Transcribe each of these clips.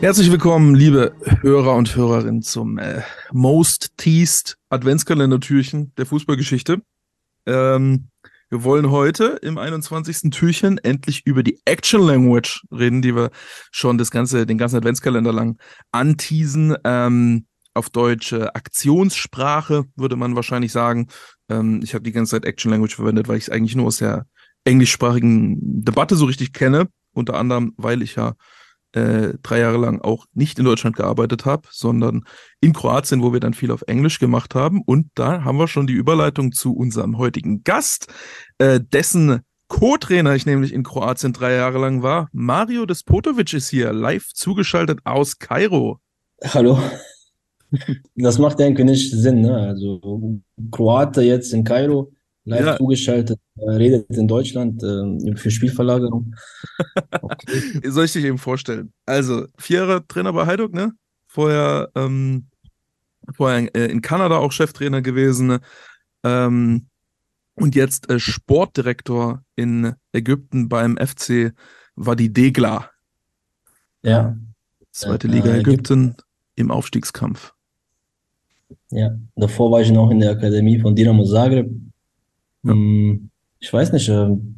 Herzlich willkommen, liebe Hörer und Hörerinnen, zum Most Teased Adventskalender-Türchen der Fußballgeschichte. Wir wollen heute im 21. Türchen endlich über die Action Language reden, die wir schon den ganzen Adventskalender lang anteasen. Auf Deutsch Aktionssprache, würde man wahrscheinlich sagen. Ich habe die ganze Zeit Action Language verwendet, weil ich es eigentlich nur aus der englischsprachigen Debatte so richtig kenne. Unter anderem, weil ich ja 3 Jahre lang auch nicht in Deutschland gearbeitet habe, sondern in Kroatien, wo wir dann viel auf Englisch gemacht haben. Und da haben wir schon die Überleitung zu unserem heutigen Gast, dessen Co-Trainer ich nämlich in Kroatien 3 Jahre lang war. Mario Despotovic ist hier, live zugeschaltet aus Kairo. Hallo, das macht irgendwie nicht Sinn, ne? Also Kroate jetzt in Kairo, live Ja, zugeschaltet, redet in Deutschland für Spielverlagerung. Okay. soll ich dich eben vorstellen. Also, 4 Jahre Trainer bei Hajduk, ne? Vorher in Kanada auch Cheftrainer gewesen. Ähm, Und jetzt Sportdirektor in Ägypten beim FC Wadi Degla, Ja, zweite Liga Ägypten, Ägypten im Aufstiegskampf. ja. Davor war ich noch in der Akademie von Dinamo Zagreb. Ja. Ich weiß nicht,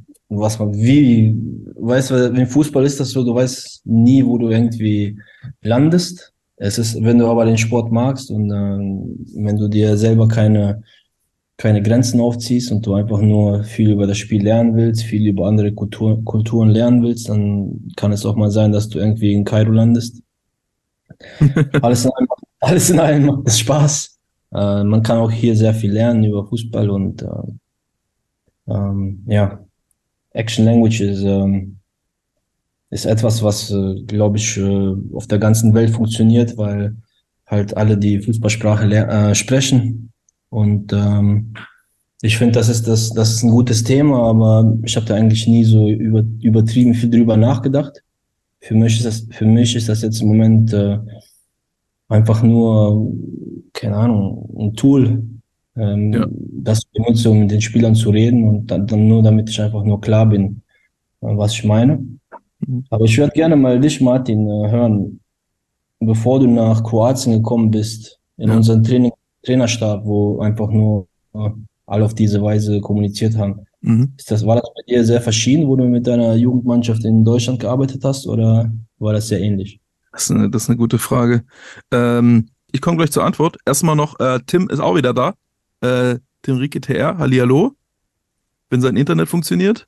weißt du, im Fußball ist das so, du weißt nie, wo du irgendwie landest. Es ist, wenn du aber den Sport magst und wenn du dir selber keine Grenzen aufziehst und du einfach nur viel über das Spiel lernen willst, viel über andere Kulturen lernen willst, dann kann es auch mal sein, dass du irgendwie in Kairo landest. Alles in allem macht es Spaß. Man kann auch hier sehr viel lernen über Fußball und ja, Action Language ist etwas, was, glaube ich, auf der ganzen Welt funktioniert, weil halt alle die Fußballsprache sprechen. Und ich finde, das ist ein gutes Thema, aber ich habe da eigentlich nie so übertrieben viel drüber nachgedacht. Für mich ist das jetzt im Moment einfach nur, keine Ahnung, ein Tool, Ja. das ich benutze, um mit den Spielern zu reden und dann nur, damit ich einfach nur klar bin, was ich meine. Aber ich würde gerne mal dich, Martin, hören, bevor du nach Kroatien gekommen bist, in Ja. unseren Trainerstab, wo einfach nur alle auf diese Weise kommuniziert haben. Mhm. War das bei dir sehr verschieden, wo du mit deiner Jugendmannschaft in Deutschland gearbeitet hast, oder war das sehr ähnlich? Das ist eine gute Frage. Ich komme gleich zur Antwort. Erstmal noch, Tim ist auch wieder da. Tim Rieke TR, hallihallo, wenn sein Internet funktioniert.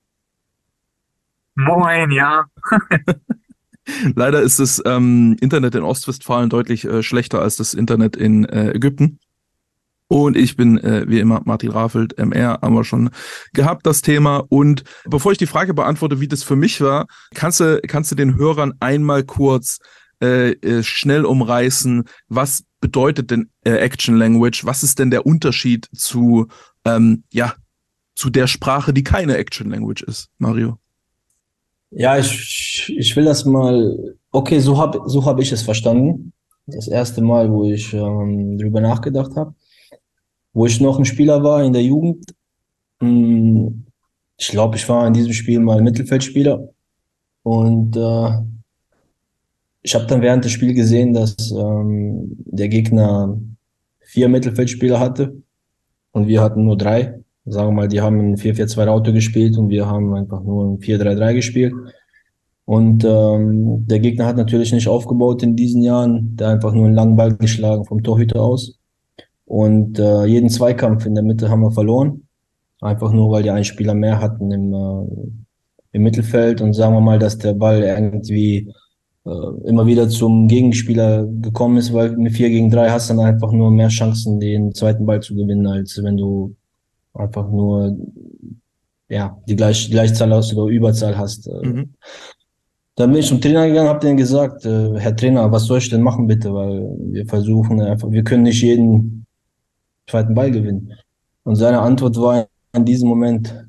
Moin, ja. Leider ist das Internet in Ostwestfalen deutlich schlechter als das Internet in Ägypten. Und ich bin wie immer Martin Rafelt, MR, haben wir schon gehabt, das Thema. Und bevor ich die Frage beantworte, wie das für mich war, kannst du den Hörern einmal kurz schnell umreißen, was bedeutet denn Action Language? Was ist denn der Unterschied ja, zu der Sprache, die keine Action Language ist, Mario? Ja, ich will das mal, okay, so hab ich es verstanden. Das erste Mal, wo ich drüber nachgedacht habe, wo ich noch ein Spieler war in der Jugend. Hm, Ich glaube, ich war in diesem Spiel mal Mittelfeldspieler und ich habe dann während des Spiels gesehen, dass der Gegner 4 Mittelfeldspieler hatte und wir hatten nur 3. Sagen wir mal, die haben ein 4-4-2 Raute gespielt und wir haben einfach nur ein 4-3-3 gespielt. Und der Gegner hat natürlich nicht aufgebaut in diesen Jahren, der hat einfach nur einen langen Ball geschlagen vom Torhüter aus. Und jeden Zweikampf in der Mitte haben wir verloren. Einfach nur, weil die einen Spieler mehr hatten im Mittelfeld. Und sagen wir mal, dass der Ball irgendwie immer wieder zum Gegenspieler gekommen ist, weil mit 4 gegen 3 hast du dann einfach nur mehr Chancen, den zweiten Ball zu gewinnen, als wenn du einfach nur ja, die Gleichzahl hast oder Überzahl hast. Mhm. Dann bin ich zum Trainer gegangen, habe denen gesagt, Herr Trainer, was soll ich denn machen bitte, weil wir versuchen einfach, wir können nicht jeden zweiten Ball gewinnen. Und seine Antwort war in diesem Moment,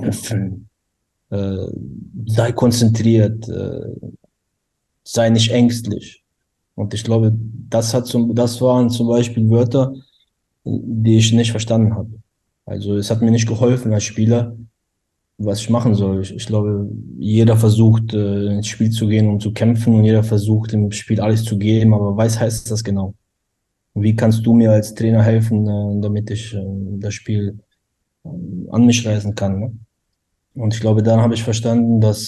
äh, sei konzentriert, sei nicht ängstlich. Und ich glaube, das waren zum Beispiel Wörter, die ich nicht verstanden habe. Also es hat mir nicht geholfen als Spieler, was ich machen soll. Ich glaube, jeder versucht, ins Spiel zu gehen, um zu kämpfen und jeder versucht, im Spiel alles zu geben, aber was heißt das genau? Wie kannst du mir als Trainer helfen, damit ich das Spiel an mich reißen kann? Ne? Und ich glaube, dann habe ich verstanden, dass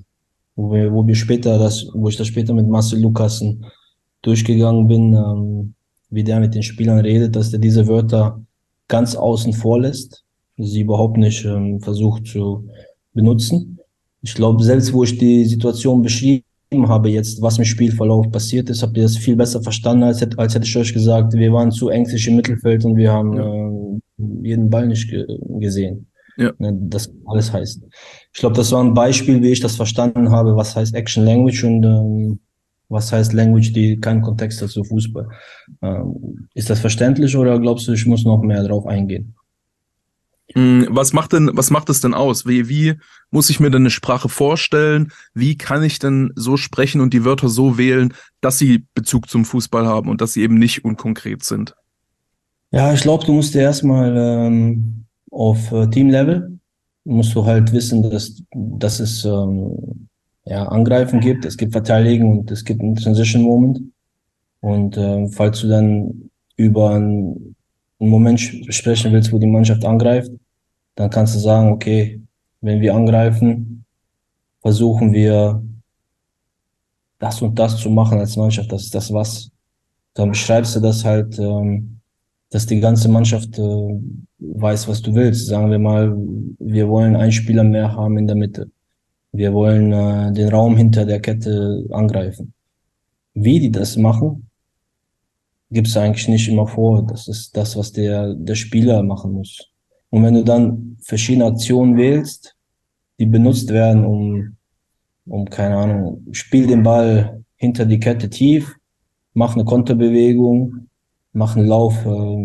wo ich das später mit Marcel Lukassen durchgegangen bin, wie der mit den Spielern redet, dass der diese Wörter ganz außen vor lässt, sie überhaupt nicht versucht zu benutzen. Ich glaube, selbst wo ich die Situation beschrieben habe, jetzt, was im Spielverlauf passiert ist, habt ihr das viel besser verstanden, als hätte ich euch gesagt, wir waren zu ängstlich im Mittelfeld und wir haben Ja, jeden Ball nicht gesehen. ja. Ne, das alles heißt. Ich glaube, das war ein Beispiel, wie ich das verstanden habe, was heißt Action Language und was heißt Language, die keinen Kontext hat zu Fußball. Ist das verständlich oder glaubst du, ich muss noch mehr drauf eingehen? Was macht es denn aus? Wie muss ich mir denn eine Sprache vorstellen? Wie kann ich denn so sprechen und die Wörter so wählen, dass sie Bezug zum Fußball haben und dass sie eben nicht unkonkret sind? Ja, ich glaube, du musst dir erstmal auf Team-Level musst du halt wissen, dass es ja, Angreifen gibt, es gibt Verteidigen und es gibt einen Transition-Moment. Und falls du dann über einen Moment sprechen willst, wo die Mannschaft angreift, dann kannst du sagen, okay, wenn wir angreifen, versuchen wir das und das zu machen als Mannschaft. Das ist das was. Dann beschreibst du das halt, dass die ganze Mannschaft weiß, was du willst. Sagen wir mal, wir wollen einen Spieler mehr haben in der Mitte. Wir wollen den Raum hinter der Kette angreifen. Wie die das machen, gibt es eigentlich nicht immer vor. Das ist das, was der Spieler machen muss. Und wenn du dann verschiedene Aktionen wählst, die benutzt werden, keine Ahnung, spiel den Ball hinter die Kette tief, mach eine Konterbewegung, mach einen Lauf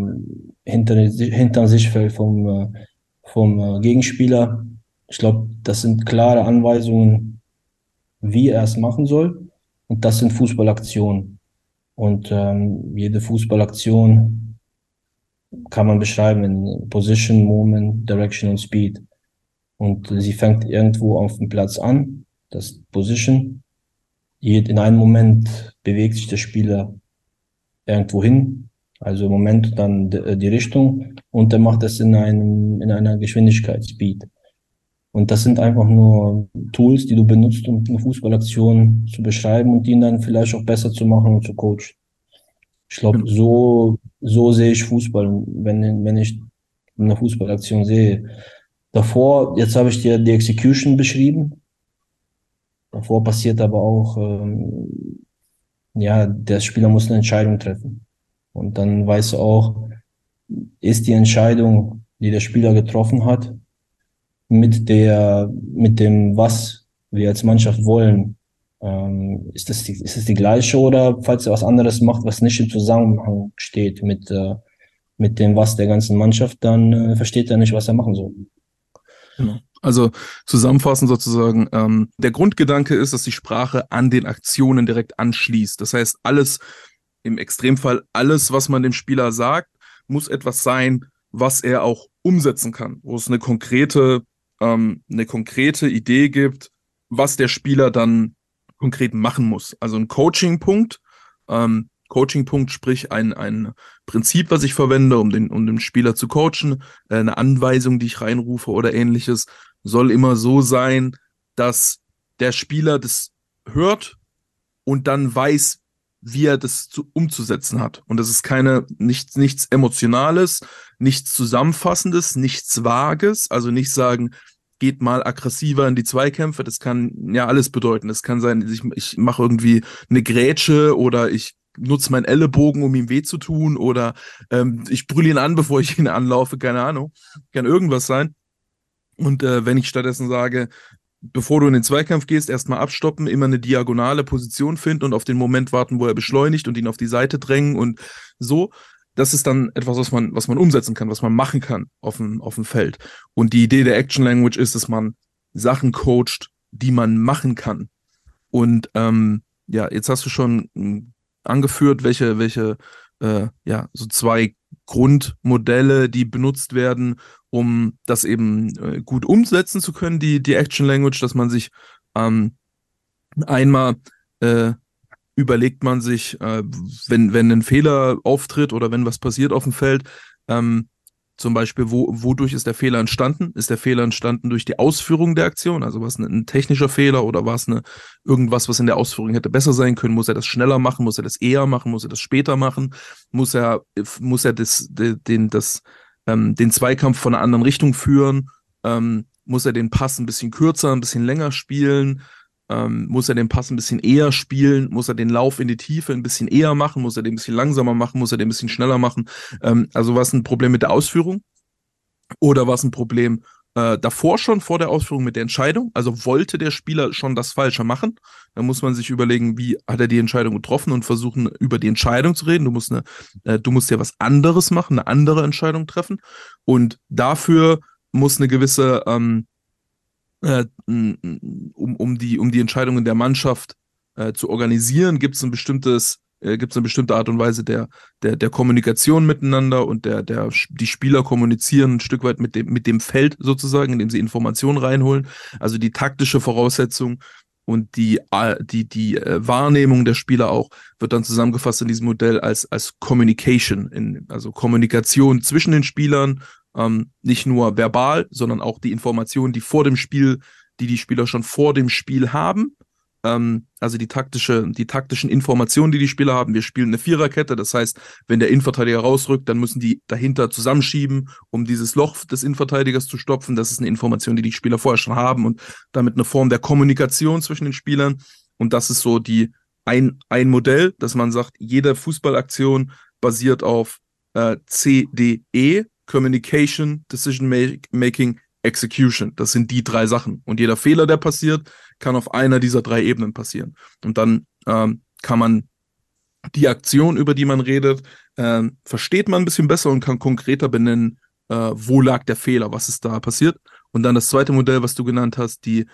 hinter Sichtfeld vom Gegenspieler. Ich glaube, das sind klare Anweisungen, wie er es machen soll. Und das sind Fußballaktionen. Und jede Fußballaktion kann man beschreiben in Position, Movement, Direction und Speed. Und sie fängt irgendwo auf dem Platz an, das Position. In einem Moment bewegt sich der Spieler irgendwo hin, also im Moment dann die Richtung und der macht das in einer Geschwindigkeit, Speed. Und das sind einfach nur Tools, die du benutzt, um eine Fußballaktion zu beschreiben und die dann vielleicht auch besser zu machen und zu coachen. Ich glaube, Genau. so sehe ich Fußball, wenn ich eine Fußballaktion sehe. Davor, jetzt habe ich dir die Execution beschrieben. Davor passiert aber auch, ja, der Spieler muss eine Entscheidung treffen. Und dann weißt du auch, ist die Entscheidung, die der Spieler getroffen hat, mit dem, was wir als Mannschaft wollen, ist das die gleiche oder falls er was anderes macht, was nicht im Zusammenhang steht mit dem Was der ganzen Mannschaft, dann versteht er nicht, was er machen soll. Genau. Also zusammenfassend sozusagen, der Grundgedanke ist, dass die Sprache an den Aktionen direkt anschließt. Das heißt, alles, im Extremfall alles, was man dem Spieler sagt, muss etwas sein, was er auch umsetzen kann, wo es eine konkrete Idee gibt, was der Spieler dann konkret machen muss. Also ein Coaching-Punkt, sprich ein Prinzip, was ich verwende, um den Spieler zu coachen, eine Anweisung, die ich reinrufe oder ähnliches, soll immer so sein, dass der Spieler das hört und dann weiß, wie er das umzusetzen hat. Und das ist nichts Emotionales, nichts Zusammenfassendes, nichts Vages, also nicht sagen, geht mal aggressiver in die Zweikämpfe, das kann ja alles bedeuten. Das kann sein, ich mache irgendwie eine Grätsche oder ich nutze meinen Ellenbogen, um ihm weh zu tun oder ich brülle ihn an, bevor ich ihn anlaufe, keine Ahnung. Kann irgendwas sein. Und wenn ich stattdessen sage, bevor du in den Zweikampf gehst, erstmal abstoppen, immer eine diagonale Position finden und auf den Moment warten, wo er beschleunigt und ihn auf die Seite drängen und so. Das ist dann etwas, was man umsetzen kann, was man machen kann auf dem Feld. Und die Idee der Action Language ist, dass man Sachen coacht, die man machen kann. Und ja, jetzt hast du schon angeführt, welche ja, so zwei Grundmodelle, die benutzt werden, um das eben gut umsetzen zu können, die Action Language, dass man sich einmal äh, überlegt man sich, wenn ein Fehler auftritt oder wenn was passiert auf dem Feld, ähm, zum Beispiel, wodurch ist der Fehler entstanden? Ist der Fehler entstanden durch die Ausführung der Aktion? Also war es ein technischer Fehler oder war es irgendwas, was in der Ausführung hätte besser sein können? Muss er das schneller machen? Muss er das eher machen? Muss er das später machen? Muss er den Zweikampf von einer anderen Richtung führen? Muss er den Pass ein bisschen kürzer, ein bisschen länger spielen? Muss er den Pass ein bisschen eher spielen? Muss er den Lauf in die Tiefe ein bisschen eher machen? Muss er den ein bisschen langsamer machen? Muss er den ein bisschen schneller machen? Also war es ein Problem mit der Ausführung oder war es ein Problem davor schon, vor der Ausführung mit der Entscheidung? Also wollte der Spieler schon das Falsche machen? Dann muss man sich überlegen, wie hat er die Entscheidung getroffen und versuchen, über die Entscheidung zu reden. Du musst ja was anderes machen, eine andere Entscheidung treffen. Und dafür muss eine gewisse um die Entscheidungen der Mannschaft zu organisieren, gibt es eine bestimmte Art und Weise der Kommunikation miteinander und die Spieler kommunizieren ein Stück weit mit dem Feld sozusagen, indem sie Informationen reinholen. Also die taktische Voraussetzung und die Wahrnehmung der Spieler auch wird dann zusammengefasst in diesem Modell als Communication, also Kommunikation zwischen den Spielern, nicht nur verbal, sondern auch die Informationen, die Spieler schon vor dem Spiel haben. Also die taktischen Informationen, die Spieler haben. Wir spielen eine Viererkette, das heißt, wenn der Innenverteidiger rausrückt, dann müssen die dahinter zusammenschieben, um dieses Loch des Innenverteidigers zu stopfen. Das ist eine Information, die Spieler vorher schon haben und damit eine Form der Kommunikation zwischen den Spielern. Und das ist so ein Modell, dass man sagt, jede Fußballaktion basiert auf CDE, Communication, Decision Making, Execution. Das sind die drei Sachen. Und jeder Fehler, der passiert, kann auf einer dieser drei Ebenen passieren. Und dann kann man die Aktion, über die man redet, versteht man ein bisschen besser und kann konkreter benennen, wo lag der Fehler, was ist da passiert. Und dann das zweite Modell, was du genannt hast, die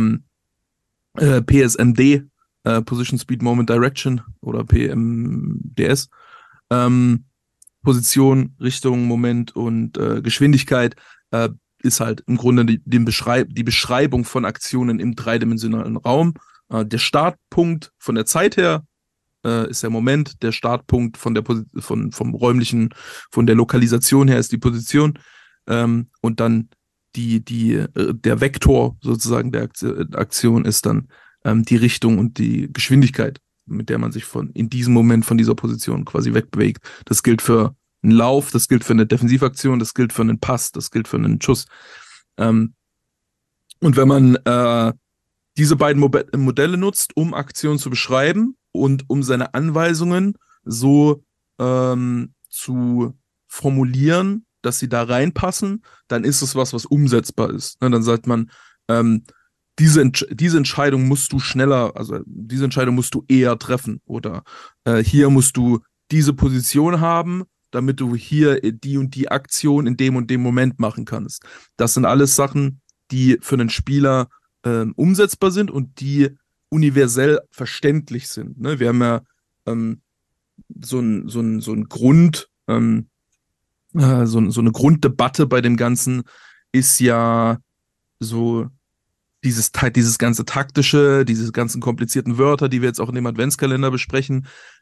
PSMD, Position Speed Moment Direction oder PMDS, Position, Richtung, Moment und Geschwindigkeit ist halt im Grunde die Beschreibung von Aktionen im dreidimensionalen Raum. Der Startpunkt von der Zeit her ist der Moment, der Startpunkt vom räumlichen, von der Lokalisation her ist die Position und dann der Vektor sozusagen der Aktion ist dann die Richtung und die Geschwindigkeit, mit der man sich in diesem Moment von dieser Position quasi wegbewegt. Das gilt für einen Lauf, das gilt für eine Defensivaktion, das gilt für einen Pass, das gilt für einen Schuss. Und wenn man diese beiden Modelle nutzt, um Aktionen zu beschreiben und um seine Anweisungen so zu formulieren, dass sie da reinpassen, dann ist es was umsetzbar ist. Ne, dann sagt man, diese Entscheidung musst du schneller, also diese Entscheidung musst du eher treffen oder hier musst du diese Position haben, damit du hier die und die Aktion in dem und dem Moment machen kannst. Das sind alles Sachen, die für einen Spieler umsetzbar sind und die universell verständlich sind. Ne? Wir haben ja so ein Grund, so eine Grunddebatte bei dem Ganzen ist ja so dieses ganze taktische, diese ganzen komplizierten Wörter, die wir jetzt auch in dem Adventskalender besprechen.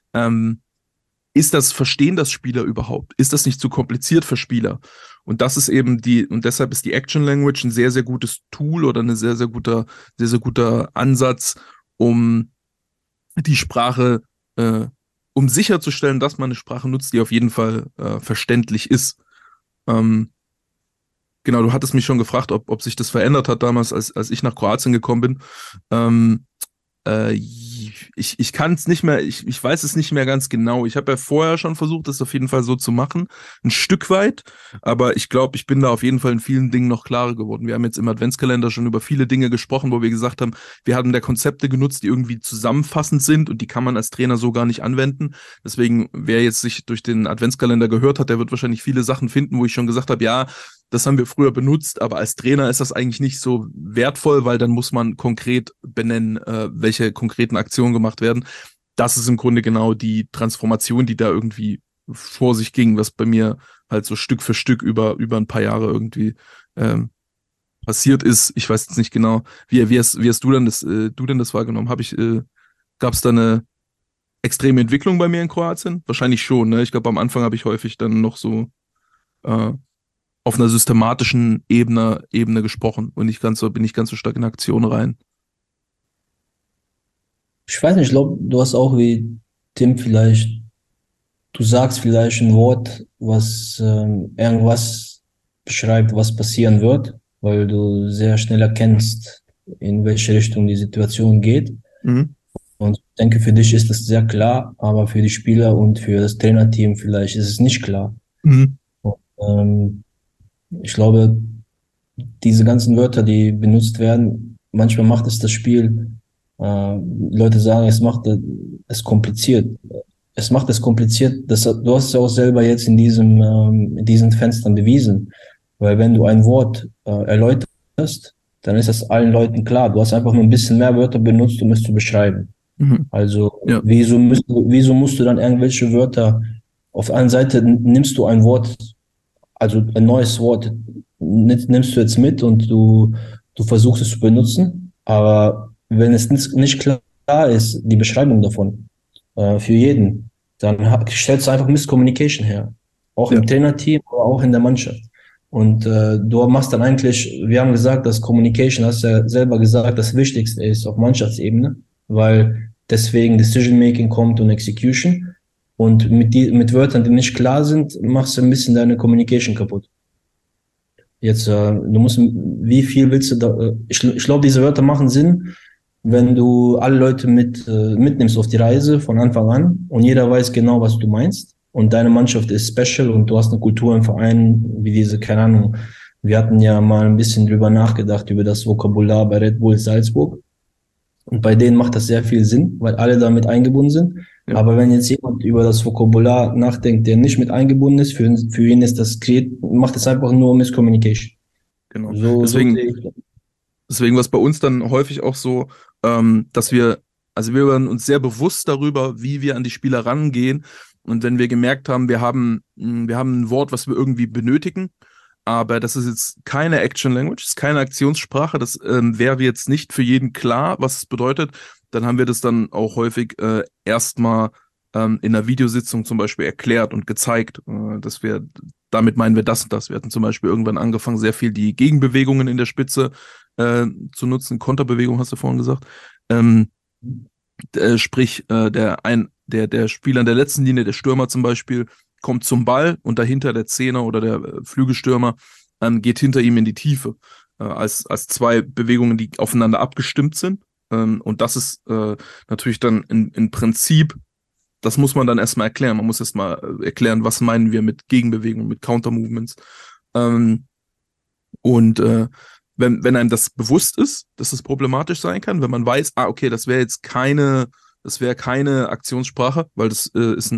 Verstehen das Spieler überhaupt? Ist das nicht zu kompliziert für Spieler? Und das ist eben und deshalb ist die Action Language ein sehr, sehr gutes Tool oder ein sehr, sehr guter Ansatz, um die Sprache, um sicherzustellen, dass man eine Sprache nutzt, die auf jeden Fall verständlich ist. Genau, du hattest mich schon gefragt, ob sich das verändert hat damals, als ich nach Kroatien gekommen bin. Ich kann es nicht mehr, ich weiß es nicht mehr ganz genau. Ich habe ja vorher schon versucht, das auf jeden Fall so zu machen, ein Stück weit, aber ich glaube, ich bin da auf jeden Fall in vielen Dingen noch klarer geworden. Wir haben jetzt im Adventskalender schon über viele Dinge gesprochen, wo wir gesagt haben, wir haben da Konzepte genutzt, die irgendwie zusammenfassend sind und die kann man als Trainer so gar nicht anwenden. Deswegen, wer jetzt sich durch den Adventskalender gehört hat, der wird wahrscheinlich viele Sachen finden, wo ich schon gesagt habe, ja, das haben wir früher benutzt, aber als Trainer ist das eigentlich nicht so wertvoll, weil dann muss man konkret benennen, welche konkreten Aktionen gemacht werden. Das ist im Grunde genau die Transformation, die da irgendwie vor sich ging, was bei mir halt so Stück für Stück über ein paar Jahre irgendwie passiert ist. Ich weiß jetzt nicht genau, wie hast du denn das wahrgenommen? Gab es da eine extreme Entwicklung bei mir in Kroatien? Wahrscheinlich schon, ne? Ich glaube, am Anfang habe ich häufig dann noch so äh, auf einer systematischen Ebene gesprochen und bin nicht ganz so stark in Aktion rein. Ich weiß nicht, ich glaube, du hast auch wie Tim vielleicht, du sagst vielleicht ein Wort, was irgendwas beschreibt, was passieren wird, weil du sehr schnell erkennst, in welche Richtung die Situation geht. Mhm. Und ich denke, für dich ist das sehr klar, aber für die Spieler und für das Trainerteam vielleicht ist es nicht klar. Mhm. Und, ich glaube, diese ganzen Wörter, die benutzt werden, manchmal macht es das Spiel, Leute sagen, es macht es kompliziert. Es macht es kompliziert. Du hast es ja auch selber jetzt in diesen Fenstern bewiesen. Weil wenn du ein Wort erläuterst, dann ist das allen Leuten klar. Du hast einfach nur ein bisschen mehr Wörter benutzt, um es zu beschreiben. Mhm. Also Ja, wieso musst du dann irgendwelche Wörter, auf der einen Seite nimmst du ein Wort, also ein neues Wort nimmst du jetzt mit und du versuchst es zu benutzen, aber wenn es nicht klar ist, die Beschreibung davon, für jeden, dann stellst du einfach Misscommunication her. Auch ja, im Trainerteam, aber auch in der Mannschaft. Und du machst dann eigentlich, wir haben gesagt, dass Communication, hast du ja selber gesagt, das Wichtigste ist auf Mannschaftsebene, weil deswegen Decision Making kommt und Execution. Und mit Wörtern, die nicht klar sind, machst du ein bisschen deine Communication kaputt. Jetzt, wie viel willst du da? Ich glaube, diese Wörter machen Sinn, wenn du alle Leute mitnimmst auf die Reise von Anfang an und jeder weiß genau, was du meinst. Und deine Mannschaft ist special und du hast eine Kultur im Verein, wie diese, keine Ahnung. Wir hatten ja mal ein bisschen drüber nachgedacht, über das Vokabular bei Red Bull Salzburg. Und bei denen macht das sehr viel Sinn, weil alle damit eingebunden sind. ja, Aber wenn jetzt jemand über das Vokabular nachdenkt, der nicht mit eingebunden ist, für ihn ist macht es einfach nur Miscommunication. genau. So sehe ich das. Deswegen war es bei uns dann häufig auch so, dass also wir waren uns sehr bewusst darüber, wie wir an die Spieler rangehen. Und wenn wir gemerkt haben, wir haben ein Wort, was wir irgendwie benötigen, aber das ist jetzt keine Action Language, das ist keine Aktionssprache, das wäre jetzt nicht für jeden klar, was es bedeutet, dann haben wir das dann auch häufig erstmal in einer Videositzung zum Beispiel erklärt und gezeigt, damit meinen wir das und das. Wir hatten zum Beispiel irgendwann angefangen, sehr viel die Gegenbewegungen in der Spitze zu nutzen. Konterbewegung hast du vorhin gesagt. Ähm, sprich, der Spieler in der letzten Linie, der Stürmer zum Beispiel, kommt zum Ball und dahinter der Zehner oder der Flügelstürmer geht hinter ihm in die Tiefe. Als zwei Bewegungen, die aufeinander abgestimmt sind. Und das ist natürlich dann im Prinzip, das muss man dann erstmal erklären. Man muss erstmal erklären, was meinen wir mit Gegenbewegungen, mit Counter-Movements. Ähm, und wenn einem das bewusst ist, dass es problematisch sein kann, wenn man weiß, okay, das wäre keine Aktionssprache, weil das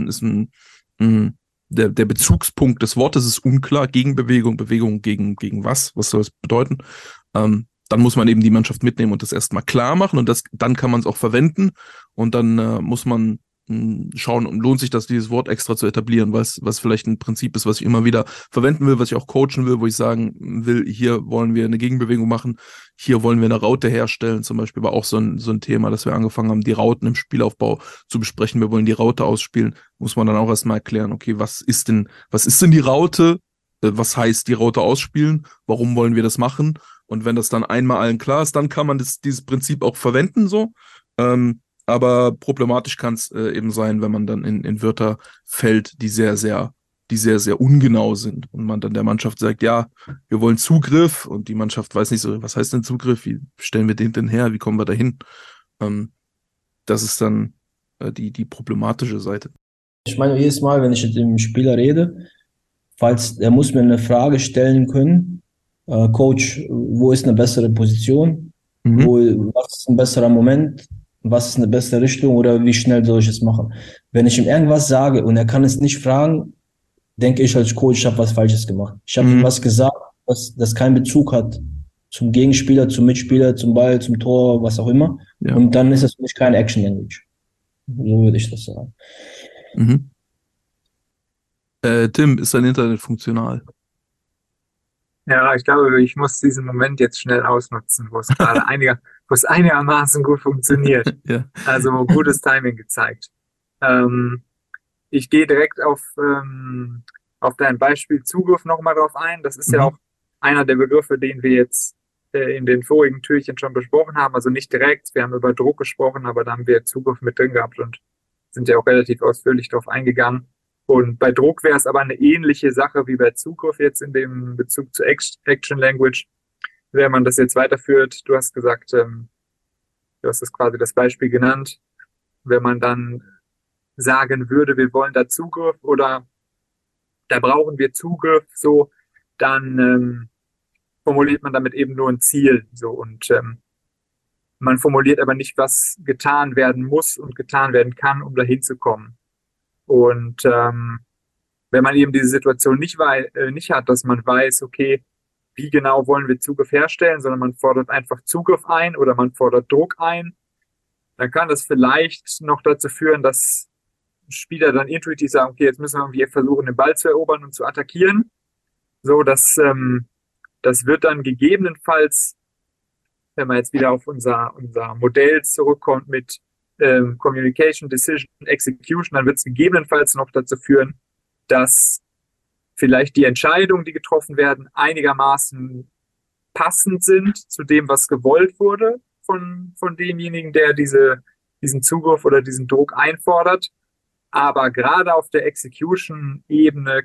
mh, der Bezugspunkt des Wortes ist unklar, Gegenbewegung, Bewegung gegen was soll es bedeuten? Dann muss man eben die Mannschaft mitnehmen und das erstmal klar machen und dann kann man es auch verwenden und dann muss man schauen, lohnt sich das, dieses Wort extra zu etablieren, was vielleicht ein Prinzip ist, was ich immer wieder verwenden will, was ich auch coachen will, wo ich sagen will, hier wollen wir eine Gegenbewegung machen, hier wollen wir eine Raute herstellen, zum Beispiel war auch so ein Thema, dass wir angefangen haben, die Rauten im Spielaufbau zu besprechen. Wir wollen die Raute ausspielen, muss man dann auch erstmal erklären, okay, was ist denn die Raute? Was heißt die Raute ausspielen? Warum wollen wir das machen? Und wenn das dann einmal allen klar ist, dann kann man dieses Prinzip auch verwenden, so. Aber problematisch kann es eben sein, wenn man dann in Wörter fällt, die sehr, sehr ungenau sind. Und man dann der Mannschaft sagt, ja, wir wollen Zugriff und die Mannschaft weiß nicht so, was heißt denn Zugriff? Wie stellen wir den denn her? Wie kommen wir dahin? Ähm, das ist dann die problematische Seite. Ich meine, jedes Mal, wenn ich mit dem Spieler rede, falls er muss mir eine Frage stellen können, Coach, wo ist eine bessere Position? Mhm. Was ist ein besserer Moment? Was ist eine bessere Richtung oder wie schnell soll ich es machen? Wenn ich ihm irgendwas sage und er kann es nicht fragen, denke ich als Coach, ich habe was Falsches gemacht. Ich habe ihm Mhm. was gesagt, das keinen Bezug hat zum Gegenspieler, zum Mitspieler, zum Ball, zum Tor, was auch immer. Ja. Und dann ist es für mich keine Action Language. So würde ich das sagen. Mhm. Tim, ist dein Internet funktional? Ja, ich glaube, ich muss diesen Moment jetzt schnell ausnutzen, wo es einigermaßen gut funktioniert. Ja. Also gutes Timing gezeigt. Ähm, Ich gehe direkt auf dein Beispiel Zugriff nochmal drauf ein. Das ist ja Mhm. auch einer der Begriffe, den wir jetzt in den vorigen Türchen schon besprochen haben. Also nicht direkt, wir haben über Druck gesprochen, aber da haben wir Zugriff mit drin gehabt und sind ja auch relativ ausführlich darauf eingegangen. Und bei Druck wäre es aber eine ähnliche Sache wie bei Zugriff jetzt in dem Bezug zu Action Language. Wenn man das jetzt weiterführt, du hast gesagt, du hast das quasi das Beispiel genannt, wenn man dann sagen würde, wir wollen da Zugriff oder da brauchen wir Zugriff, so, dann formuliert man damit eben nur ein Ziel, so und man formuliert aber nicht, was getan werden muss und getan werden kann, um dahin zu kommen. Und wenn man eben diese Situation nicht hat, dass man weiß, okay, wie genau wollen wir Zugriff herstellen, sondern man fordert einfach Zugriff ein oder man fordert Druck ein, dann kann das vielleicht noch dazu führen, dass Spieler dann intuitiv sagen, okay, jetzt müssen wir irgendwie versuchen, den Ball zu erobern und zu attackieren. So, das wird dann gegebenenfalls, wenn man jetzt wieder auf unser Modell zurückkommt mit Communication, Decision, Execution, dann wird es gegebenenfalls noch dazu führen, dass vielleicht die Entscheidungen, die getroffen werden, einigermaßen passend sind zu dem, was gewollt wurde von demjenigen, der diesen Zugriff oder diesen Druck einfordert. Aber gerade auf der Execution-Ebene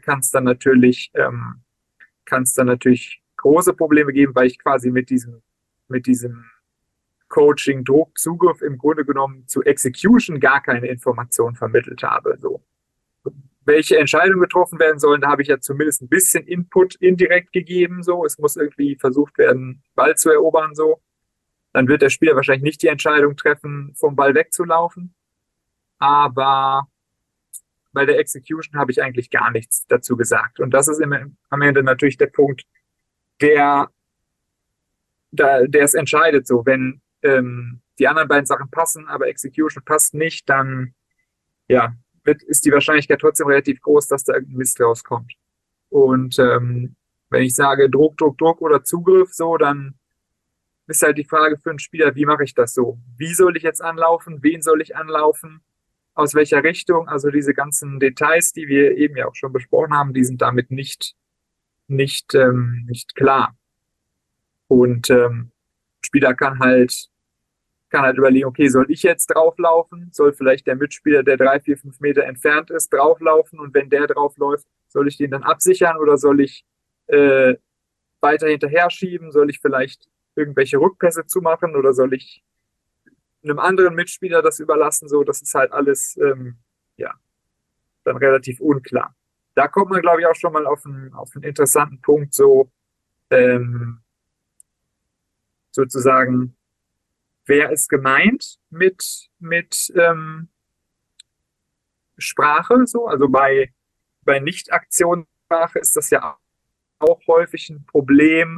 kann es dann natürlich große Probleme geben, weil ich quasi mit diesem Coaching, Druck, Zugriff im Grunde genommen zu Execution gar keine Information vermittelt habe. So. Welche Entscheidungen getroffen werden sollen, da habe ich ja zumindest ein bisschen Input indirekt gegeben. So, es muss irgendwie versucht werden, Ball zu erobern. So, dann wird der Spieler wahrscheinlich nicht die Entscheidung treffen, vom Ball wegzulaufen. Aber bei der Execution habe ich eigentlich gar nichts dazu gesagt. Und das ist am Ende natürlich der Punkt, der, der es entscheidet. So, wenn die anderen beiden Sachen passen, aber Execution passt nicht, dann ja, ist die Wahrscheinlichkeit trotzdem relativ groß, dass da irgendein Mist rauskommt. Und wenn ich sage Druck, Druck, Druck oder Zugriff, so, dann ist halt die Frage für einen Spieler, wie mache ich das so? Wie soll ich jetzt anlaufen? Wen soll ich anlaufen? Aus welcher Richtung? Also diese ganzen Details, die wir eben ja auch schon besprochen haben, die sind damit nicht klar. Und Spieler kann halt überlegen, okay, soll ich jetzt drauflaufen? Soll vielleicht der Mitspieler, der 3, 4, 5 Meter entfernt ist, drauflaufen? Und wenn der draufläuft, soll ich den dann absichern oder soll ich äh, weiter hinterher schieben? Soll ich vielleicht irgendwelche Rückpässe zumachen oder soll ich einem anderen Mitspieler das überlassen? So, das ist halt alles, ja, dann relativ unklar. Da kommt man, glaube ich, auch schon mal auf einen interessanten Punkt, so ähm, sozusagen, wer ist gemeint mit Sprache? So, also bei Nicht-Aktionssprache ist das ja auch häufig ein Problem,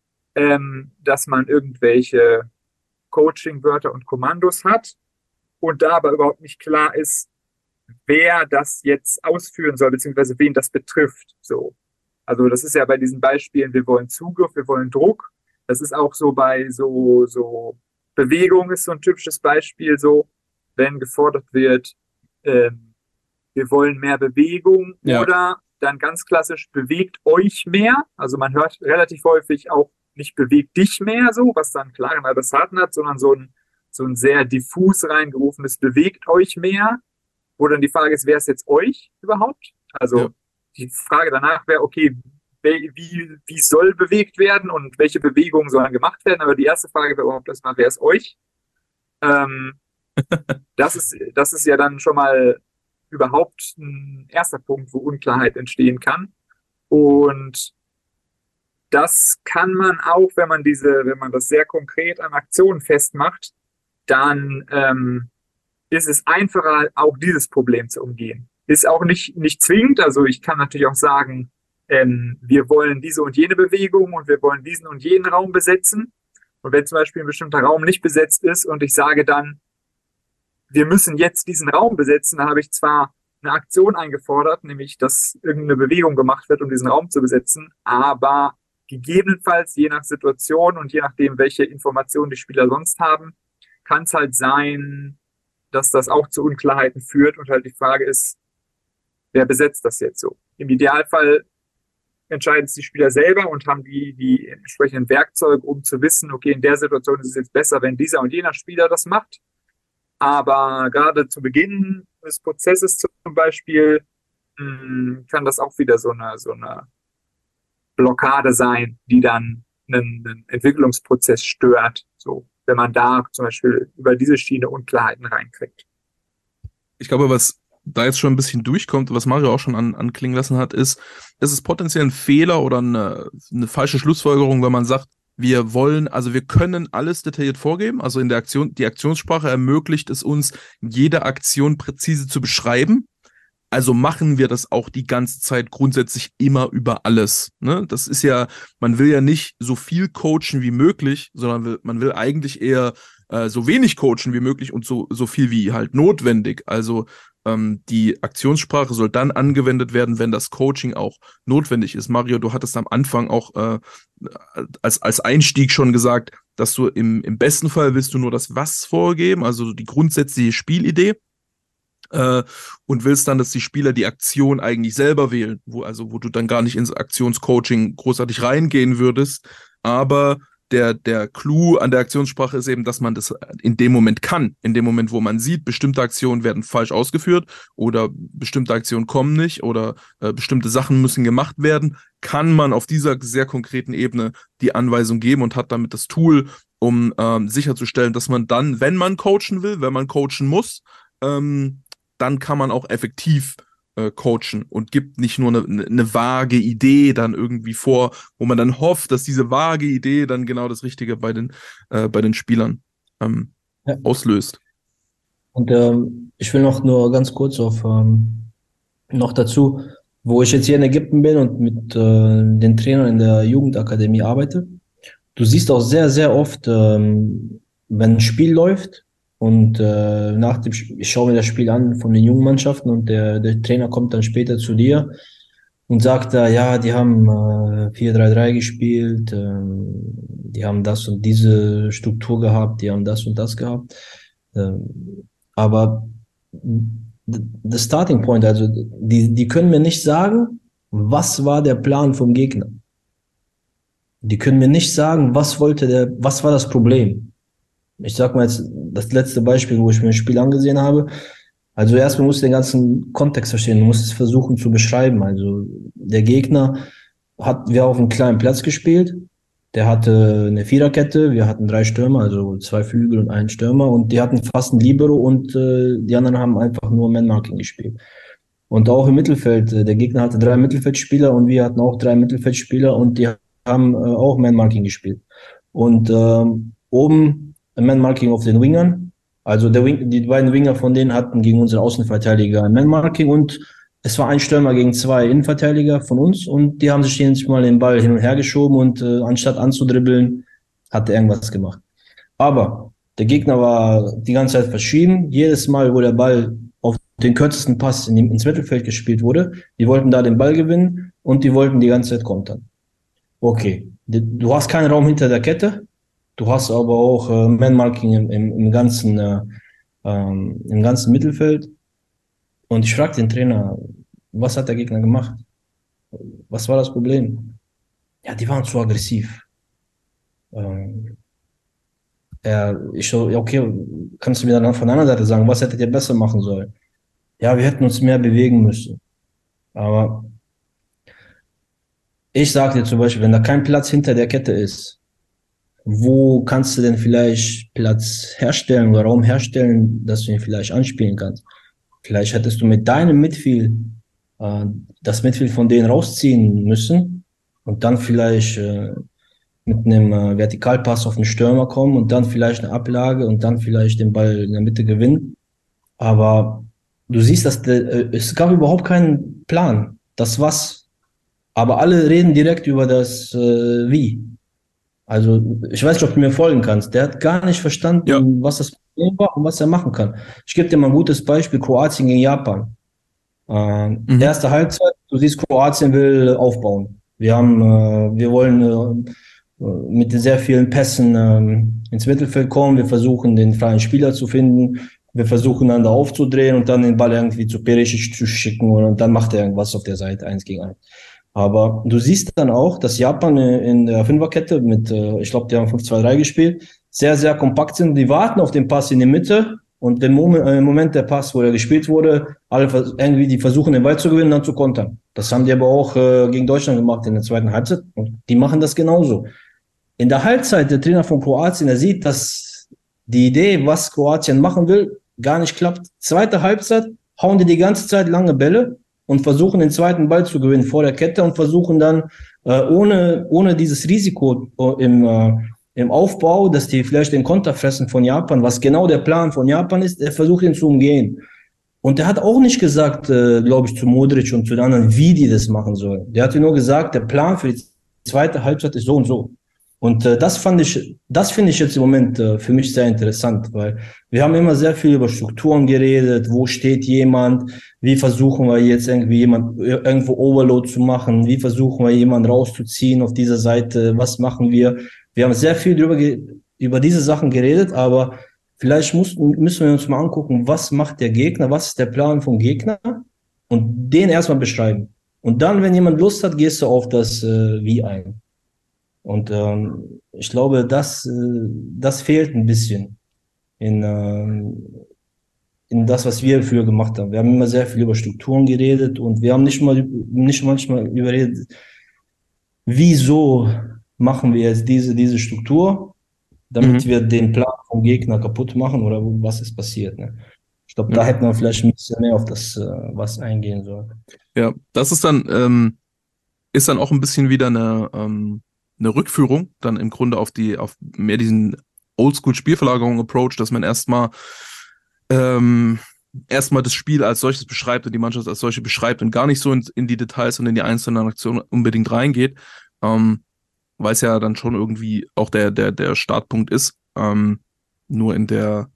dass man irgendwelche Coaching-Wörter und Kommandos hat und da aber überhaupt nicht klar ist, wer das jetzt ausführen soll, beziehungsweise wen das betrifft. So. Also das ist ja bei diesen Beispielen, wir wollen Zugriff, wir wollen Druck. Das ist auch so bei so Bewegung ist so ein typisches Beispiel, so wenn gefordert wird, wir wollen mehr Bewegung Ja. oder dann ganz klassisch bewegt euch mehr. Also man hört relativ häufig auch nicht bewegt dich mehr so, was dann klaren Adressaten hat, sondern so ein sehr diffus reingerufenes bewegt euch mehr, wo dann die Frage ist, wer ist jetzt euch überhaupt? Ja. Also die Frage danach wäre, okay, wie soll bewegt werden und welche Bewegungen sollen gemacht werden? Aber die erste Frage wäre überhaupt erstmal, wer ist euch? Ähm, das ist ja dann schon mal überhaupt ein erster Punkt, wo Unklarheit entstehen kann. Und das kann man auch, wenn man das sehr konkret an Aktionen festmacht, dann ist es einfacher, auch dieses Problem zu umgehen. Ist auch nicht zwingend. Also ich kann natürlich auch sagen, wir wollen diese und jene Bewegung und wir wollen diesen und jenen Raum besetzen. Und wenn zum Beispiel ein bestimmter Raum nicht besetzt ist und ich sage dann, wir müssen jetzt diesen Raum besetzen, dann habe ich zwar eine Aktion eingefordert, nämlich dass irgendeine Bewegung gemacht wird, um diesen Raum zu besetzen, aber gegebenenfalls, je nach Situation und je nachdem, welche Informationen die Spieler sonst haben, kann es halt sein, dass das auch zu Unklarheiten führt und halt die Frage ist, wer besetzt das jetzt so? Im Idealfall entscheiden es die Spieler selber und haben die entsprechenden Werkzeuge, um zu wissen, okay, in der Situation ist es jetzt besser, wenn dieser und jener Spieler das macht. Aber gerade zu Beginn des Prozesses zum Beispiel kann das auch wieder so eine Blockade sein, die dann einen Entwicklungsprozess stört. So, wenn man da zum Beispiel über diese Schiene Unklarheiten reinkriegt. Ich glaube, was da jetzt schon ein bisschen durchkommt, was Mario auch schon anklingen lassen hat, ist, es ist potenziell ein Fehler oder eine falsche Schlussfolgerung, wenn man sagt, wir können alles detailliert vorgeben. Also in der Aktion, die Aktionssprache ermöglicht es uns, jede Aktion präzise zu beschreiben. Also machen wir das auch die ganze Zeit grundsätzlich immer über alles. Ne? Das ist ja, man will ja nicht so viel coachen wie möglich, sondern man will eigentlich eher so wenig coachen wie möglich und so viel wie halt notwendig. Also die Aktionssprache soll dann angewendet werden, wenn das Coaching auch notwendig ist. Mario, du hattest am Anfang auch als Einstieg schon gesagt, dass du im besten Fall willst du nur das Was vorgeben, also die grundsätzliche Spielidee. Und willst dann, dass die Spieler die Aktion eigentlich selber wählen, wo du dann gar nicht ins Aktionscoaching großartig reingehen würdest. Aber der Clou an der Aktionssprache ist eben, dass man das in dem Moment kann. In dem Moment, wo man sieht, bestimmte Aktionen werden falsch ausgeführt oder bestimmte Aktionen kommen nicht oder bestimmte Sachen müssen gemacht werden, kann man auf dieser sehr konkreten Ebene die Anweisung geben und hat damit das Tool, um sicherzustellen, dass man dann, wenn man coachen will, wenn man coachen muss, dann kann man auch effektiv coachen und gibt nicht nur eine vage Idee dann irgendwie vor, wo man dann hofft, dass diese vage Idee dann genau das Richtige bei den Spielern auslöst. Und ich will nur ganz kurz auf noch dazu, wo ich jetzt hier in Ägypten bin und mit den Trainern in der Jugendakademie arbeite. Du siehst auch sehr, sehr oft, wenn ein Spiel läuft, und ich schaue mir das Spiel an von den jungen Mannschaften und der Trainer kommt dann später zu dir und sagt da, ja, die haben 4-3-3 gespielt, die haben das und diese Struktur gehabt, die haben das und das gehabt. Aber the starting point, also die können mir nicht sagen, was war der Plan vom Gegner. Die können mir nicht sagen, was war das Problem. Ich sag mal jetzt das letzte Beispiel, wo ich mir ein Spiel angesehen habe. Also erstmal musst du den ganzen Kontext verstehen, du musst es versuchen zu beschreiben. Also der Gegner wir auf einem kleinen Platz gespielt, der hatte eine Viererkette, wir hatten 3 Stürmer, also 2 Flügel und 1 Stürmer und die hatten fast ein Libero und die anderen haben einfach nur Man-Marking gespielt. Und auch im Mittelfeld, der Gegner hatte 3 Mittelfeldspieler und wir hatten auch 3 Mittelfeldspieler und die haben auch Man-Marking gespielt. Und oben Man-Marking auf den Wingern. Also die beiden Winger von denen hatten gegen unsere Außenverteidiger ein Man-Marking und es war ein Stürmer gegen 2 Innenverteidiger von uns und die haben sich jedes Mal den Ball hin und her geschoben und anstatt anzudribbeln, hat er irgendwas gemacht. Aber der Gegner war die ganze Zeit verschieben. Jedes Mal, wo der Ball auf den kürzesten Pass ins Mittelfeld gespielt wurde, die wollten da den Ball gewinnen und die wollten die ganze Zeit kontern. Okay, du hast keinen Raum hinter der Kette. Du hast aber auch Man-Marking im ganzen Mittelfeld. Und ich frage den Trainer, was hat der Gegner gemacht? Was war das Problem? Ja, die waren zu aggressiv. Ich so, okay, kannst du mir dann von der anderen Seite sagen, was hättet ihr besser machen sollen? Ja, wir hätten uns mehr bewegen müssen. Aber ich sage dir zum Beispiel, wenn da kein Platz hinter der Kette ist, wo kannst du denn vielleicht Platz herstellen oder Raum herstellen, dass du ihn vielleicht anspielen kannst? Vielleicht hättest du mit deinem Midfield das Midfield von denen rausziehen müssen und dann vielleicht mit einem Vertikalpass auf den Stürmer kommen und dann vielleicht eine Ablage und dann vielleicht den Ball in der Mitte gewinnen. Aber du siehst, dass es gab überhaupt keinen Plan. Das was. Aber alle reden direkt über das Wie. Also, ich weiß nicht, ob du mir folgen kannst. Der hat gar nicht verstanden, was das Problem war und was er machen kann. Ich gebe dir mal ein gutes Beispiel: Kroatien gegen Japan. Erste Halbzeit, du siehst, Kroatien will aufbauen. Wir wollen mit sehr vielen Pässen ins Mittelfeld kommen. Wir versuchen, den freien Spieler zu finden. Wir versuchen, dann da aufzudrehen und dann den Ball irgendwie zu Perisic zu schicken und dann macht er irgendwas auf der Seite 1 gegen 1. Aber du siehst dann auch, dass Japan in der Fünferkette mit, ich glaube, die haben 5-2-3 gespielt, sehr, sehr kompakt sind. Die warten auf den Pass in die Mitte und im Moment der Pass, wo er gespielt wurde, die versuchen, den Ball zu gewinnen und dann zu kontern. Das haben die aber auch gegen Deutschland gemacht in der zweiten Halbzeit und die machen das genauso. In der Halbzeit, der Trainer von Kroatien, der sieht, dass die Idee, was Kroatien machen will, gar nicht klappt. Zweite Halbzeit hauen die ganze Zeit lange Bälle und versuchen, den zweiten Ball zu gewinnen vor der Kette und versuchen dann ohne dieses Risiko im Aufbau, dass die vielleicht den Konter fressen von Japan, was genau der Plan von Japan ist, er versucht ihn zu umgehen. Und er hat auch nicht gesagt, glaube ich, zu Modric und zu den anderen, wie die das machen sollen. Der hatte nur gesagt, der Plan für die zweite Halbzeit ist so und so. Und das finde ich jetzt im Moment für mich sehr interessant, weil wir haben immer sehr viel über Strukturen geredet, wo steht jemand, wie versuchen wir jetzt irgendwie irgendwo Overload zu machen, wie versuchen wir jemanden rauszuziehen auf dieser Seite, was machen wir? Wir haben sehr viel über diese Sachen geredet, aber vielleicht müssen wir uns mal angucken, was macht der Gegner, was ist der Plan vom Gegner und den erstmal beschreiben. Und dann, wenn jemand Lust hat, gehst du auf das Wie ein. Und ich glaube, das fehlt ein bisschen in das, was wir früher gemacht haben. Wir haben immer sehr viel über Strukturen geredet und wir haben nicht manchmal überredet, wieso machen wir jetzt diese Struktur, damit wir den Plan vom Gegner kaputt machen oder was ist passiert. Ne? Ich glaube, da hätte man vielleicht ein bisschen mehr auf das was eingehen sollen. Ja, das ist dann auch ein bisschen wieder eine Rückführung dann im Grunde auf mehr diesen Oldschool-Spielverlagerung-Approach, dass man erstmal das Spiel als solches beschreibt und die Mannschaft als solche beschreibt und gar nicht so in die Details und in die einzelnen Aktionen unbedingt reingeht, weil es ja dann schon irgendwie auch der Startpunkt ist. Nur in der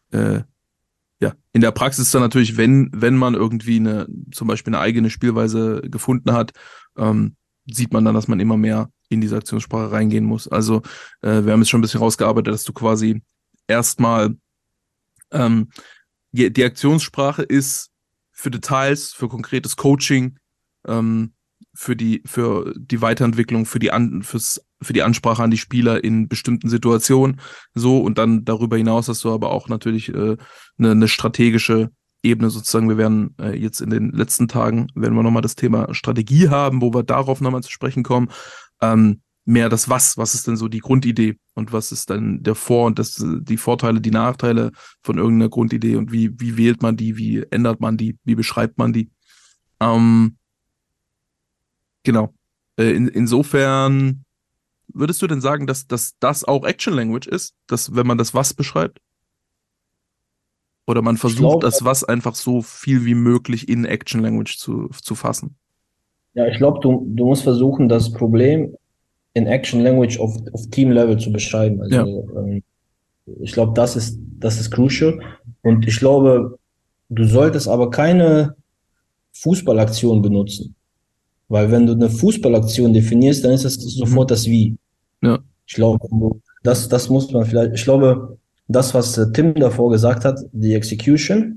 Praxis dann natürlich, wenn man irgendwie zum Beispiel eine eigene Spielweise gefunden hat, sieht man dann, dass man immer mehr in diese Aktionssprache reingehen muss. Also wir haben jetzt schon ein bisschen rausgearbeitet, dass du quasi erstmal die Aktionssprache ist für Details, für konkretes Coaching, für die Weiterentwicklung, für die Ansprache an die Spieler in bestimmten Situationen. So, und dann darüber hinaus hast du aber auch natürlich eine strategische Ebene sozusagen. Wir werden jetzt in den letzten Tagen, werden wir nochmal das Thema Strategie haben, wo wir darauf nochmal zu sprechen kommen. Mehr das was ist denn so die Grundidee und was ist dann der die Vorteile, die Nachteile von irgendeiner Grundidee und wie wählt man die, wie ändert man die, wie beschreibt man die. Genau. Insofern würdest du denn sagen, dass das auch Action Language ist, dass wenn man das was beschreibt? Oder man versucht, das was einfach so viel wie möglich in Action Language zu fassen? Ja, ich glaube, du musst versuchen, das Problem in Action Language auf Team-Level zu beschreiben. Also ich glaube, das ist crucial. Und ich glaube, du solltest aber keine Fußballaktion benutzen. Weil wenn du eine Fußballaktion definierst, dann ist das sofort das Wie. Ja. Ich glaube, das muss man vielleicht, ich glaube, das, was Tim davor gesagt hat, die Execution,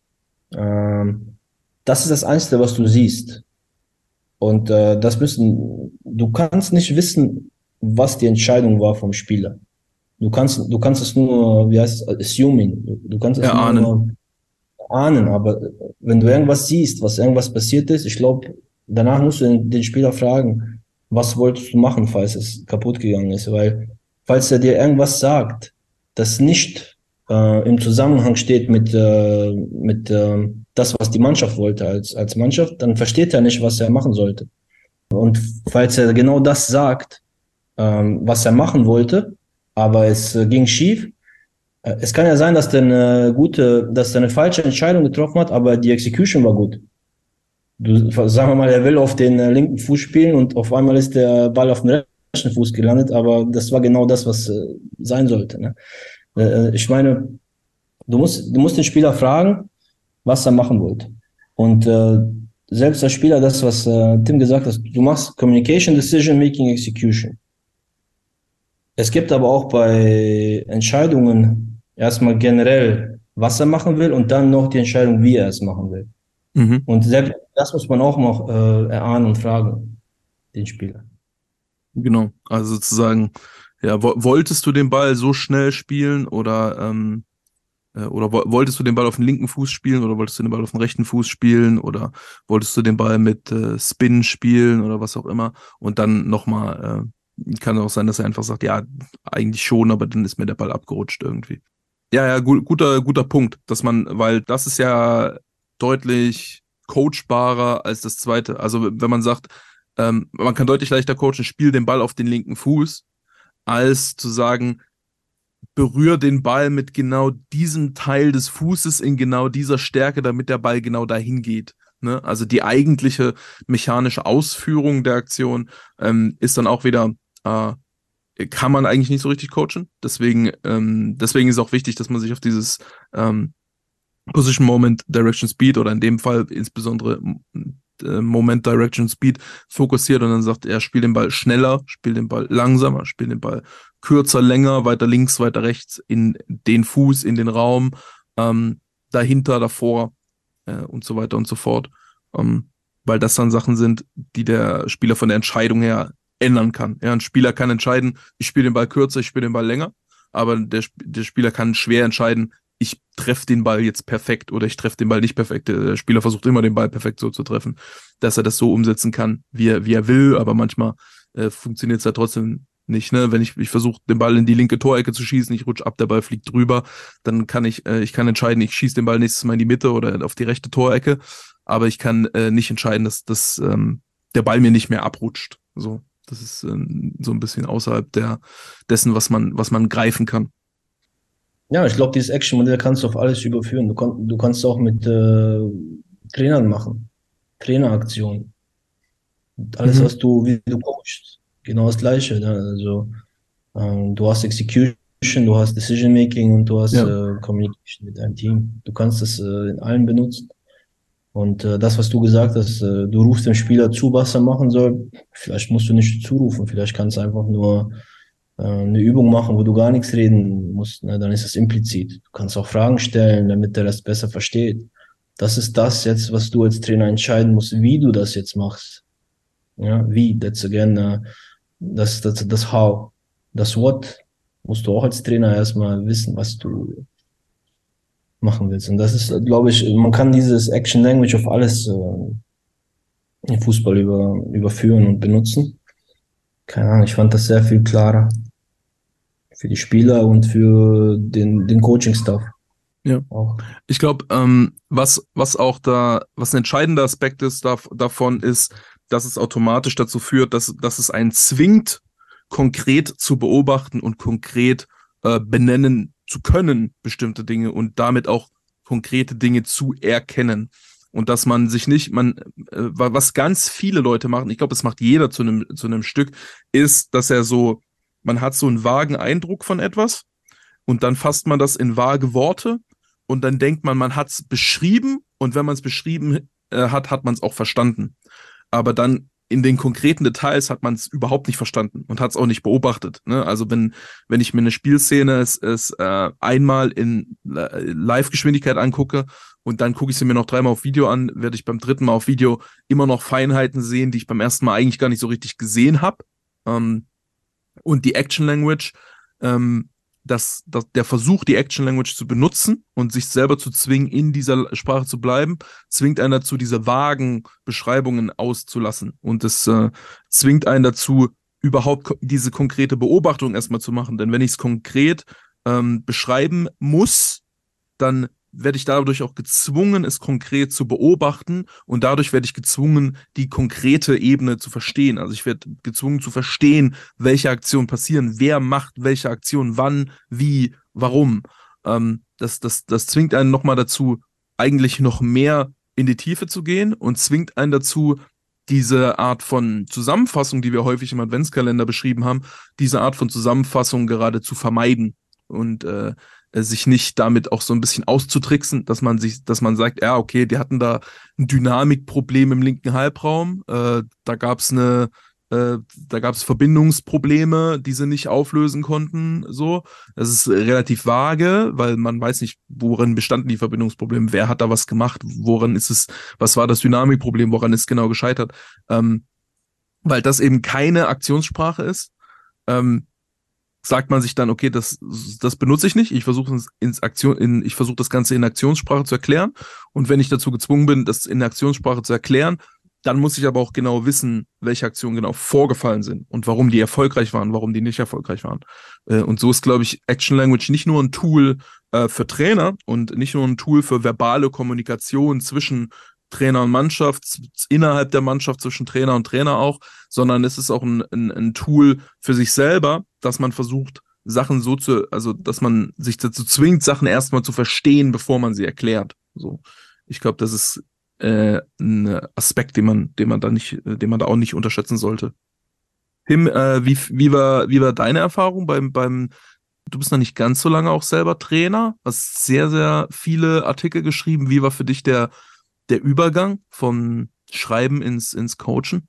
das ist das Einzige, was du siehst. Und du kannst nicht wissen, was die Entscheidung war vom Spieler. Du kannst es nur, assuming. Du kannst es nur ahnen, aber wenn du irgendwas siehst, irgendwas passiert ist, ich glaube, danach musst du den Spieler fragen, was wolltest du machen, falls es kaputt gegangen ist, weil falls er dir irgendwas sagt, das nicht im Zusammenhang steht mit das, was die Mannschaft wollte als Mannschaft, dann versteht er nicht, was er machen sollte. Und falls er genau das sagt, was er machen wollte, aber es ging schief, es kann ja sein, dass der eine falsche Entscheidung getroffen hat, aber die Execution war gut. Sagen wir mal, er will auf den linken Fuß spielen und auf einmal ist der Ball auf dem rechten Fuß gelandet, aber das war genau das, was sein sollte. Ne? Ich meine, du musst den Spieler fragen, was er machen wollte. Und selbst als Spieler, das, was Tim gesagt hat, du machst Communication, Decision Making, Execution. Es gibt aber auch bei Entscheidungen erstmal generell, was er machen will und dann noch die Entscheidung, wie er es machen will. Mhm. Und selbst das muss man auch noch erahnen und fragen, den Spieler. Genau. Also sozusagen, ja, wolltest du den Ball so schnell spielen oder wolltest du den Ball auf den linken Fuß spielen oder wolltest du den Ball auf den rechten Fuß spielen oder wolltest du den Ball mit Spin spielen oder was auch immer und dann nochmal, kann auch sein, dass er einfach sagt, ja, eigentlich schon, aber dann ist mir der Ball abgerutscht irgendwie. Ja, ja, guter Punkt, weil das ist ja deutlich coachbarer als das zweite. Also wenn man sagt, man kann deutlich leichter coachen, spiel den Ball auf den linken Fuß, als zu sagen, berühr den Ball mit genau diesem Teil des Fußes in genau dieser Stärke, damit der Ball genau dahin geht. Ne? Also die eigentliche mechanische Ausführung der Aktion ist dann auch wieder, kann man eigentlich nicht so richtig coachen. Deswegen ist auch wichtig, dass man sich auf dieses Position, Moment, Direction, Speed oder in dem Fall insbesondere Moment, Direction, Speed fokussiert und dann sagt er, spiel den Ball schneller, spiel den Ball langsamer, spiel den Ball kürzer, länger, weiter links, weiter rechts, in den Fuß, in den Raum, dahinter, davor und so weiter und so fort. Weil das dann Sachen sind, die der Spieler von der Entscheidung her ändern kann. Ja, ein Spieler kann entscheiden, ich spiele den Ball kürzer, ich spiele den Ball länger, aber der Spieler kann schwer entscheiden, ich treffe den Ball jetzt perfekt oder ich treffe den Ball nicht perfekt. Der Spieler versucht immer, den Ball perfekt so zu treffen, dass er das so umsetzen kann, wie er will, aber manchmal funktioniert es ja trotzdem nicht. Ne? Wenn ich versuche, den Ball in die linke Torecke zu schießen, ich rutsche ab, der Ball fliegt drüber, dann kann ich kann entscheiden, ich schieße den Ball nächstes Mal in die Mitte oder auf die rechte Torecke, aber ich kann nicht entscheiden, dass der Ball mir nicht mehr abrutscht. So, das ist so ein bisschen außerhalb dessen, was man greifen kann. Ja, ich glaube, dieses Action-Modell kannst du auf alles überführen. Du kannst auch mit Trainern machen, Traineraktionen. Alles, Mhm. wie du coachst, genau das Gleiche. Ne? Also du hast Execution, du hast Decision Making und du hast Ja. Communication mit deinem Team. Du kannst das in allen benutzen. Und das, was du gesagt hast, du rufst dem Spieler zu, was er machen soll. Vielleicht musst du nicht zurufen, vielleicht kannst du einfach nur eine Übung machen, wo du gar nichts reden musst. Ne? Dann ist es implizit. Du kannst auch Fragen stellen, damit er das besser versteht. Das ist das jetzt, was du als Trainer entscheiden musst, wie du das jetzt machst. Ja, wie, that's again, das How. Das What musst du auch als Trainer erstmal wissen, was du machen willst. Und das ist, glaube ich, man kann dieses Action Language auf alles im Fußball überführen und benutzen. Keine Ahnung, ich fand das sehr viel klarer für die Spieler und für den Coaching-Staff Ja. auch. Ich glaube, was ein entscheidender Aspekt ist davon ist, dass es automatisch dazu führt, dass es einen zwingt, konkret zu beobachten und konkret benennen zu können, bestimmte Dinge und damit auch konkrete Dinge zu erkennen. Und dass man sich nicht, was ganz viele Leute machen, ich glaube, das macht jeder zu einem Stück, ist, dass man hat so einen vagen Eindruck von etwas und dann fasst man das in vage Worte und dann denkt man hat es beschrieben und wenn man es beschrieben hat man es auch verstanden. Aber dann in den konkreten Details hat man es überhaupt nicht verstanden und hat es auch nicht beobachtet. Ne? Also wenn ich mir eine Spielszene einmal in Live-Geschwindigkeit angucke und dann gucke ich sie mir noch dreimal auf Video an, werde ich beim dritten Mal auf Video immer noch Feinheiten sehen, die ich beim ersten Mal eigentlich gar nicht so richtig gesehen habe. Und die Action Language, der Versuch, die Action Language zu benutzen und sich selber zu zwingen, in dieser Sprache zu bleiben, zwingt einen dazu, diese vagen Beschreibungen auszulassen. Und es zwingt einen dazu, überhaupt diese konkrete Beobachtung erstmal zu machen. Denn wenn ich es konkret beschreiben muss, dann werde ich dadurch auch gezwungen, es konkret zu beobachten und dadurch werde ich gezwungen, die konkrete Ebene zu verstehen. Also ich werde gezwungen zu verstehen, welche Aktionen passieren, wer macht welche Aktion, wann, wie, warum. Das zwingt einen nochmal dazu, eigentlich noch mehr in die Tiefe zu gehen und zwingt einen dazu, diese Art von Zusammenfassung, die wir häufig im Adventskalender beschrieben haben, diese Art von Zusammenfassung gerade zu vermeiden. Und sich nicht damit auch so ein bisschen auszutricksen, dass man sagt, ja, okay, die hatten da ein Dynamikproblem im linken Halbraum, da gab's Verbindungsprobleme, die sie nicht auflösen konnten, so. Das ist relativ vage, weil man weiß nicht, worin bestanden die Verbindungsprobleme, wer hat da was gemacht, was war das Dynamikproblem, woran ist genau gescheitert, weil das eben keine Aktionssprache ist, sagt man sich dann, okay, das benutze ich nicht. Ich versuche ich versuche das Ganze in Aktionssprache zu erklären. Und wenn ich dazu gezwungen bin, das in Aktionssprache zu erklären, dann muss ich aber auch genau wissen, welche Aktionen genau vorgefallen sind und warum die erfolgreich waren, warum die nicht erfolgreich waren. Und so ist, glaube ich, Action Language nicht nur ein Tool für Trainer und nicht nur ein Tool für verbale Kommunikation zwischen Trainer und Mannschaft, innerhalb der Mannschaft, zwischen Trainer und Trainer auch, sondern es ist auch ein Tool für sich selber, dass man versucht, dass man sich dazu zwingt, Sachen erstmal zu verstehen, bevor man sie erklärt. So. Ich glaube, das ist ein Aspekt, den man da auch nicht unterschätzen sollte. Tim, wie war deine Erfahrung du bist noch nicht ganz so lange auch selber Trainer, hast sehr, sehr viele Artikel geschrieben. Wie war für dich der Übergang vom Schreiben ins Coachen?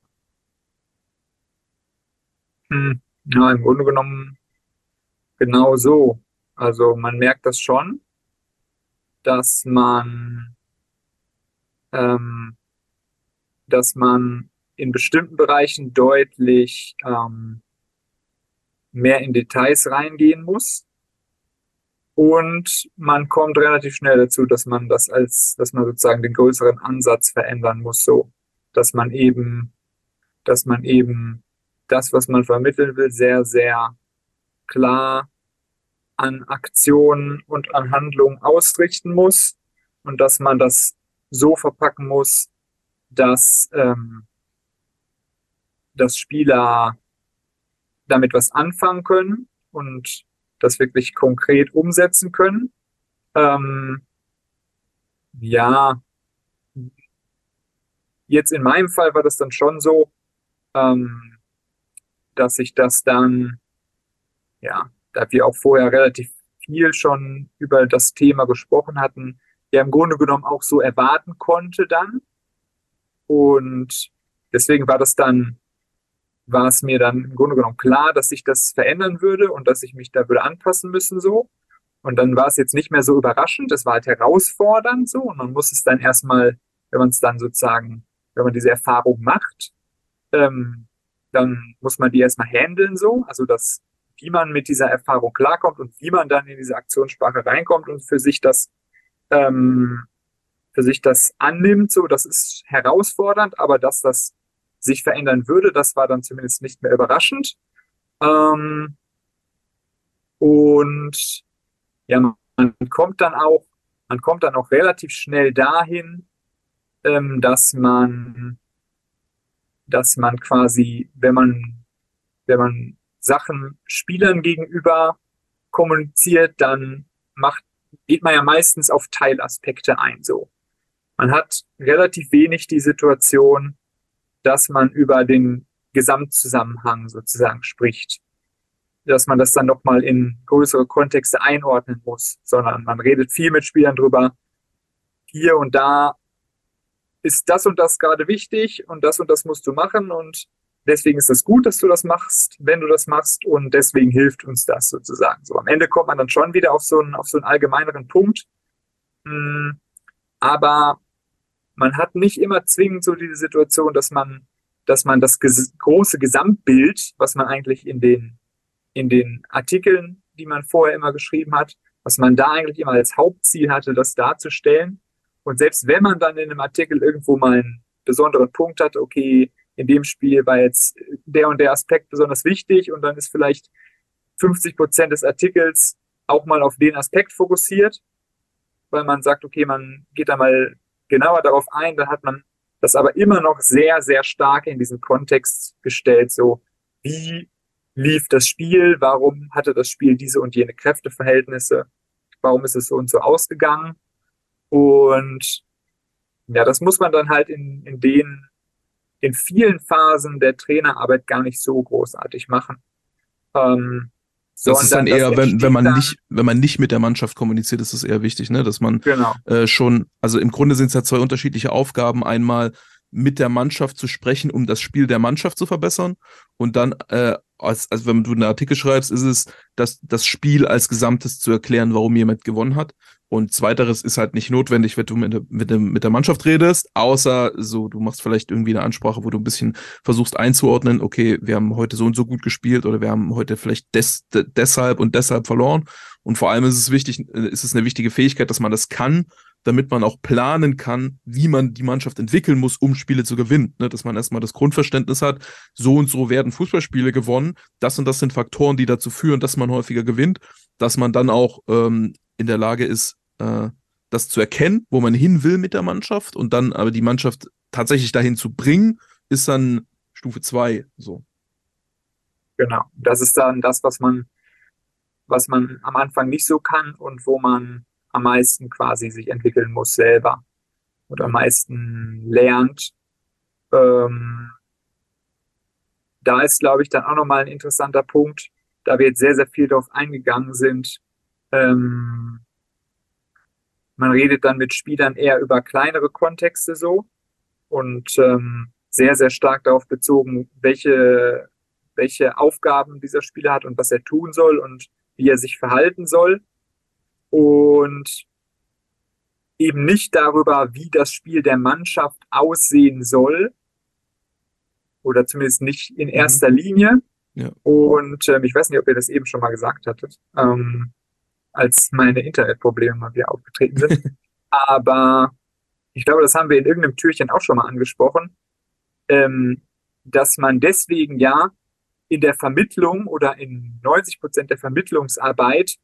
Ja, im Grunde genommen genau so. Also man merkt das schon, dass ähm, dass man in bestimmten Bereichen deutlich mehr in Details reingehen muss. Und man kommt relativ schnell dazu, dass dass man sozusagen den größeren Ansatz verändern muss, so, dass dass man eben das, was man vermitteln will, sehr, sehr klar an Aktionen und an Handlungen ausrichten muss und dass man das so verpacken muss, dass, dass Spieler damit was anfangen können und das wirklich konkret umsetzen können. Ähm, ja, jetzt in meinem Fall war das dann schon so, ähm, dass ich das dann, ja, da wir auch vorher relativ viel schon über das Thema gesprochen hatten, ja im Grunde genommen auch so erwarten konnte dann. Und deswegen war es mir dann im Grunde genommen klar, dass sich das verändern würde und dass ich mich da würde anpassen müssen so. Und dann war es jetzt nicht mehr so überraschend, es war halt herausfordernd so und man muss es dann erstmal, wenn man es dann sozusagen, wenn man diese Erfahrung macht, ähm, dann muss man die erstmal handeln so, also wie man mit dieser Erfahrung klarkommt und wie man dann in diese Aktionssprache reinkommt und ähm, für sich das annimmt, so, das ist herausfordernd, aber dass das sich verändern würde, das war dann zumindest nicht mehr überraschend. Ähm, und ja, man kommt dann auch relativ schnell dahin, ähm, dass man, dass man quasi, wenn man Sachen Spielern gegenüber kommuniziert, geht man ja meistens auf Teilaspekte ein, so. Man hat relativ wenig die Situation, dass man über den Gesamtzusammenhang sozusagen spricht, dass man das dann nochmal in größere Kontexte einordnen muss, sondern man redet viel mit Spielern drüber, hier und da ist das und das gerade wichtig und das musst du machen und deswegen ist es gut, dass du das machst, wenn du das machst und deswegen hilft uns das sozusagen. So am Ende kommt man dann schon wieder auf so einen allgemeineren Punkt, aber man hat nicht immer zwingend so diese Situation, dass man das große Gesamtbild, was man eigentlich in den Artikeln, die man vorher immer geschrieben hat, was man da eigentlich immer als Hauptziel hatte, das darzustellen. Und selbst wenn man dann in einem Artikel irgendwo mal einen besonderen Punkt hat, okay, in dem Spiel war jetzt der und der Aspekt besonders wichtig und dann ist vielleicht 50% des Artikels auch mal auf den Aspekt fokussiert, weil man sagt, okay, man geht da mal genauer darauf ein, dann hat man das aber immer noch sehr, sehr stark in diesen Kontext gestellt, so wie lief das Spiel, warum hatte das Spiel diese und jene Kräfteverhältnisse, warum ist es so und so ausgegangen und ja, das muss man dann halt in vielen Phasen der Trainerarbeit gar nicht so großartig machen. Ähm, Das ist dann sondern das eher, wenn entsteht man dann, nicht mit der Mannschaft kommuniziert, ist das eher wichtig, ne? Dass man genau, schon, also im Grunde sind es ja zwei unterschiedliche Aufgaben. Einmal mit der Mannschaft zu sprechen, um das Spiel der Mannschaft zu verbessern. Und dann, also wenn du einen Artikel schreibst, ist es, das Spiel als Gesamtes zu erklären, warum jemand gewonnen hat. Und zweiteres ist halt nicht notwendig, wenn du mit der Mannschaft redest, außer so, du machst vielleicht irgendwie eine Ansprache, wo du ein bisschen versuchst einzuordnen, okay, wir haben heute so und so gut gespielt oder wir haben heute vielleicht deshalb und deshalb verloren. Und vor allem ist es wichtig, ist es eine wichtige Fähigkeit, dass man das kann, damit man auch planen kann, wie man die Mannschaft entwickeln muss, um Spiele zu gewinnen. Ne? Dass man erstmal das Grundverständnis hat, so und so werden Fußballspiele gewonnen, das und das sind Faktoren, die dazu führen, dass man häufiger gewinnt, dass man dann auch in der Lage ist, das zu erkennen, wo man hin will mit der Mannschaft und dann aber die Mannschaft tatsächlich dahin zu bringen, ist dann Stufe 2. So. genau. Das ist dann das, was man am Anfang nicht so kann und wo man am meisten quasi sich entwickeln muss selber und am Ja. meisten lernt. Ähm, Da ist, glaube ich, dann auch nochmal ein interessanter Punkt, da wir jetzt sehr, sehr viel darauf eingegangen sind. Ähm, Man redet dann mit Spielern eher über kleinere Kontexte so und sehr, sehr stark darauf bezogen, welche Aufgaben dieser Spieler hat und was er tun soll und wie er sich verhalten soll. Und eben nicht darüber, wie das Spiel der Mannschaft aussehen soll, oder zumindest nicht in Mhm. erster Linie. Ja. Und ich weiß nicht, ob ihr das eben schon mal gesagt hattet, als meine Internetprobleme mal wieder aufgetreten sind. Aber ich glaube, das haben wir in irgendeinem Türchen auch schon mal angesprochen, ähm, dass man deswegen ja in der Vermittlung oder in 90% der Vermittlungsarbeit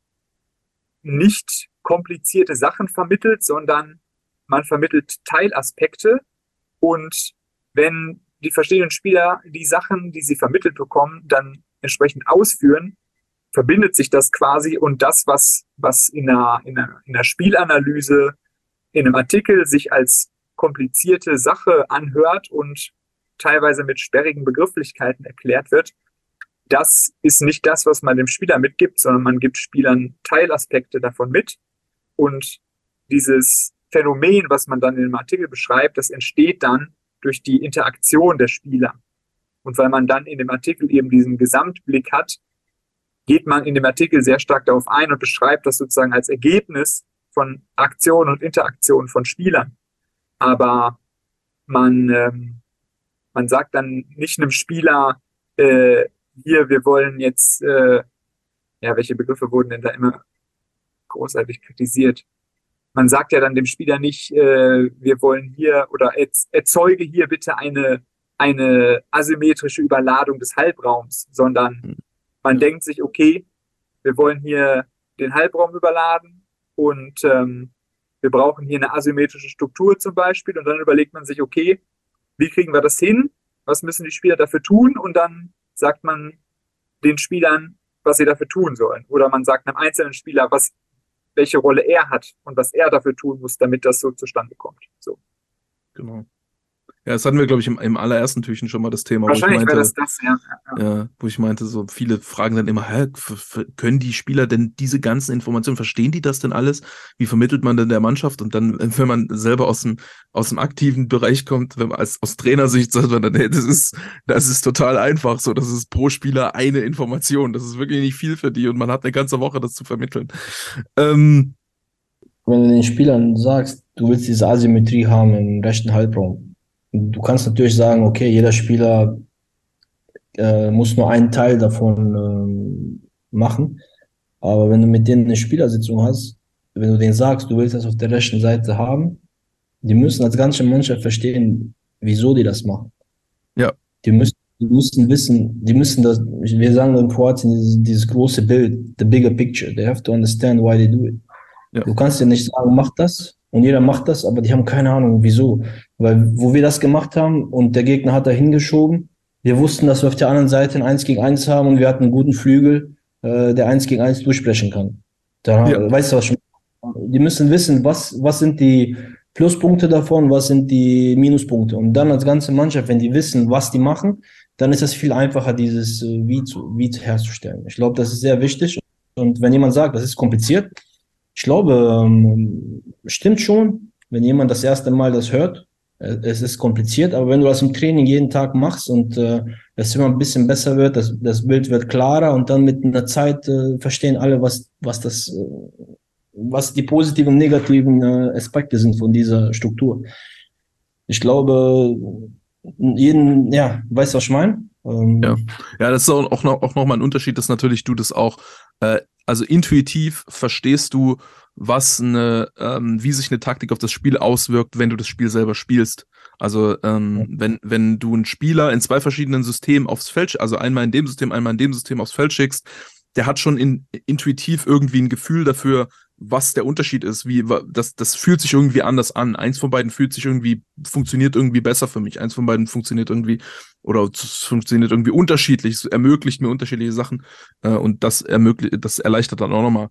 nicht komplizierte Sachen vermittelt, sondern man vermittelt Teilaspekte. Und wenn die verschiedenen Spieler die Sachen, die sie vermittelt bekommen, dann entsprechend ausführen, verbindet sich das quasi und das, was in einer Spielanalyse, in einem Artikel sich als komplizierte Sache anhört und teilweise mit sperrigen Begrifflichkeiten erklärt wird, das ist nicht das, was man dem Spieler mitgibt, sondern man gibt Spielern Teilaspekte davon mit. Und dieses Phänomen, was man dann in dem Artikel beschreibt, das entsteht dann durch die Interaktion der Spieler. Und weil man dann in dem Artikel eben diesen Gesamtblick hat, geht man in dem Artikel sehr stark darauf ein und beschreibt das sozusagen als Ergebnis von Aktion und Interaktion von Spielern. Aber man sagt dann nicht einem Spieler, hier, wir wollen jetzt, ja, welche Begriffe wurden denn da immer großartig kritisiert? Man sagt ja dann dem Spieler nicht, wir wollen hier oder erzeuge hier bitte eine asymmetrische Überladung des Halbraums, sondern man Ja. denkt sich, okay, wir wollen hier den Halbraum überladen und wir brauchen hier eine asymmetrische Struktur zum Beispiel und dann überlegt man sich, okay, wie kriegen wir das hin? Was müssen die Spieler dafür tun? Und dann sagt man den Spielern, was sie dafür tun sollen. Oder man sagt einem einzelnen Spieler, welche Rolle er hat und was er dafür tun muss, damit das so zustande kommt. So. Genau. Ja, das hatten wir, glaube ich, im allerersten Türchen schon mal das Thema, Wahrscheinlich wäre das, ja. wo ich meinte, so viele fragen dann immer, können die Spieler denn diese ganzen Informationen, verstehen die das denn alles? Wie vermittelt man denn der Mannschaft? Und dann, wenn man selber aus dem aktiven Bereich kommt, wenn man aus Trainersicht sagt man dann, hey, das ist total einfach, so, das ist pro Spieler eine Information, das ist wirklich nicht viel für die und man hat eine ganze Woche, das zu vermitteln. Wenn du den Spielern sagst, du willst diese Asymmetrie haben im rechten Halbraum, du kannst natürlich sagen, okay, jeder Spieler muss nur einen Teil davon machen. Aber wenn du mit denen eine Spielersitzung hast, wenn du denen sagst, du willst das auf der rechten Seite haben, die müssen als ganze Mannschaft verstehen, wieso die das machen. Ja. Die müssen wissen, die müssen das, wir sagen in Kroatien, dieses große Bild, the bigger picture. They have to understand why they do it. Ja. Du kannst dir nicht sagen, mach das und jeder macht das, aber die haben keine Ahnung, wieso. Weil, wo wir das gemacht haben und der Gegner hat da hingeschoben, wir wussten, dass wir auf der anderen Seite ein 1 gegen 1 haben und wir hatten einen guten Flügel, der 1 gegen 1 durchbrechen kann. Weißt du was schon? Die müssen wissen, was sind die Pluspunkte davon, was sind die Minuspunkte. Und dann als ganze Mannschaft, wenn die wissen, was die machen, dann ist es viel einfacher, dieses Wie herzustellen. Ich glaube, das ist sehr wichtig. Und wenn jemand sagt, das ist kompliziert, ich glaube, stimmt schon, wenn jemand das erste Mal das hört, es ist kompliziert, aber wenn du das im Training jeden Tag machst und es immer ein bisschen besser wird, das Bild wird klarer und dann mit einer Zeit verstehen alle, was die positiven und negativen Aspekte sind von dieser Struktur. Ich glaube, weißt du, was ich meine? Ja. Ja, das ist auch noch mal ein Unterschied, dass natürlich du das auch, also intuitiv verstehst du, wie sich eine Taktik auf das Spiel auswirkt, wenn du das Spiel selber spielst. Also wenn du einen Spieler in 2 verschiedenen Systemen aufs Feld, also einmal in dem System, einmal in dem System aufs Feld schickst, der hat schon intuitiv irgendwie ein Gefühl dafür, was der Unterschied ist. Das fühlt sich irgendwie anders an. Eins von beiden funktioniert irgendwie besser für mich. Eins von beiden funktioniert irgendwie unterschiedlich. Es ermöglicht mir unterschiedliche Sachen. Und das erleichtert dann auch nochmal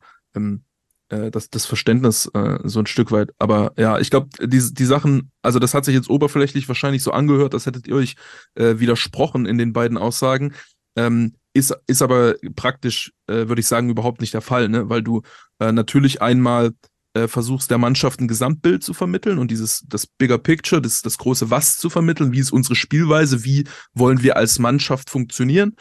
das Verständnis so ein Stück weit. Aber ja, ich glaube, die Sachen, also das hat sich jetzt oberflächlich wahrscheinlich so angehört, als hättet ihr euch widersprochen in den beiden Aussagen. Ist aber praktisch, würde ich sagen, überhaupt nicht der Fall, ne? Weil du natürlich einmal versuchst, der Mannschaft ein Gesamtbild zu vermitteln und das Bigger Picture, das große Was zu vermitteln, wie ist unsere Spielweise, wie wollen wir als Mannschaft funktionieren.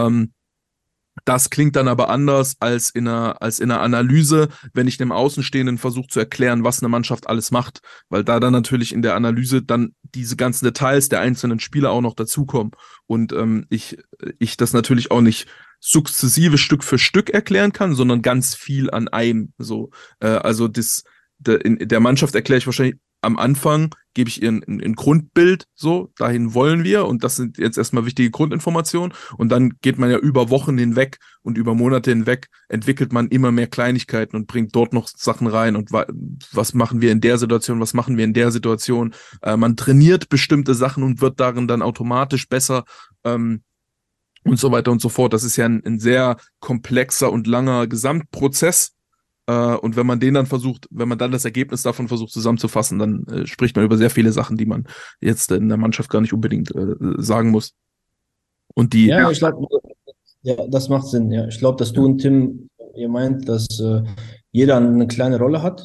Das klingt dann aber anders als in einer Analyse, wenn ich dem Außenstehenden versuche zu erklären, was eine Mannschaft alles macht, weil da dann natürlich in der Analyse dann diese ganzen Details der einzelnen Spieler auch noch dazukommen und ich das natürlich auch nicht sukzessive Stück für Stück erklären kann, sondern ganz viel an einem. So, also in der Mannschaft erkläre ich wahrscheinlich am Anfang, gebe ich ihr ein Grundbild, so, dahin wollen wir und das sind jetzt erstmal wichtige Grundinformationen und dann geht man ja über Wochen hinweg und über Monate hinweg entwickelt man immer mehr Kleinigkeiten und bringt dort noch Sachen rein und was machen wir in der Situation, was machen wir in der Situation. Man trainiert bestimmte Sachen und wird darin dann automatisch besser und so weiter und so fort. Das ist ja ein sehr komplexer und langer Gesamtprozess. Und wenn man dann das Ergebnis davon versucht zusammenzufassen, dann spricht man über sehr viele Sachen, die man jetzt in der Mannschaft gar nicht unbedingt sagen muss. Und ich glaube, das macht Sinn. Ja, ich glaube, dass du und Tim, ihr meint, dass jeder eine kleine Rolle hat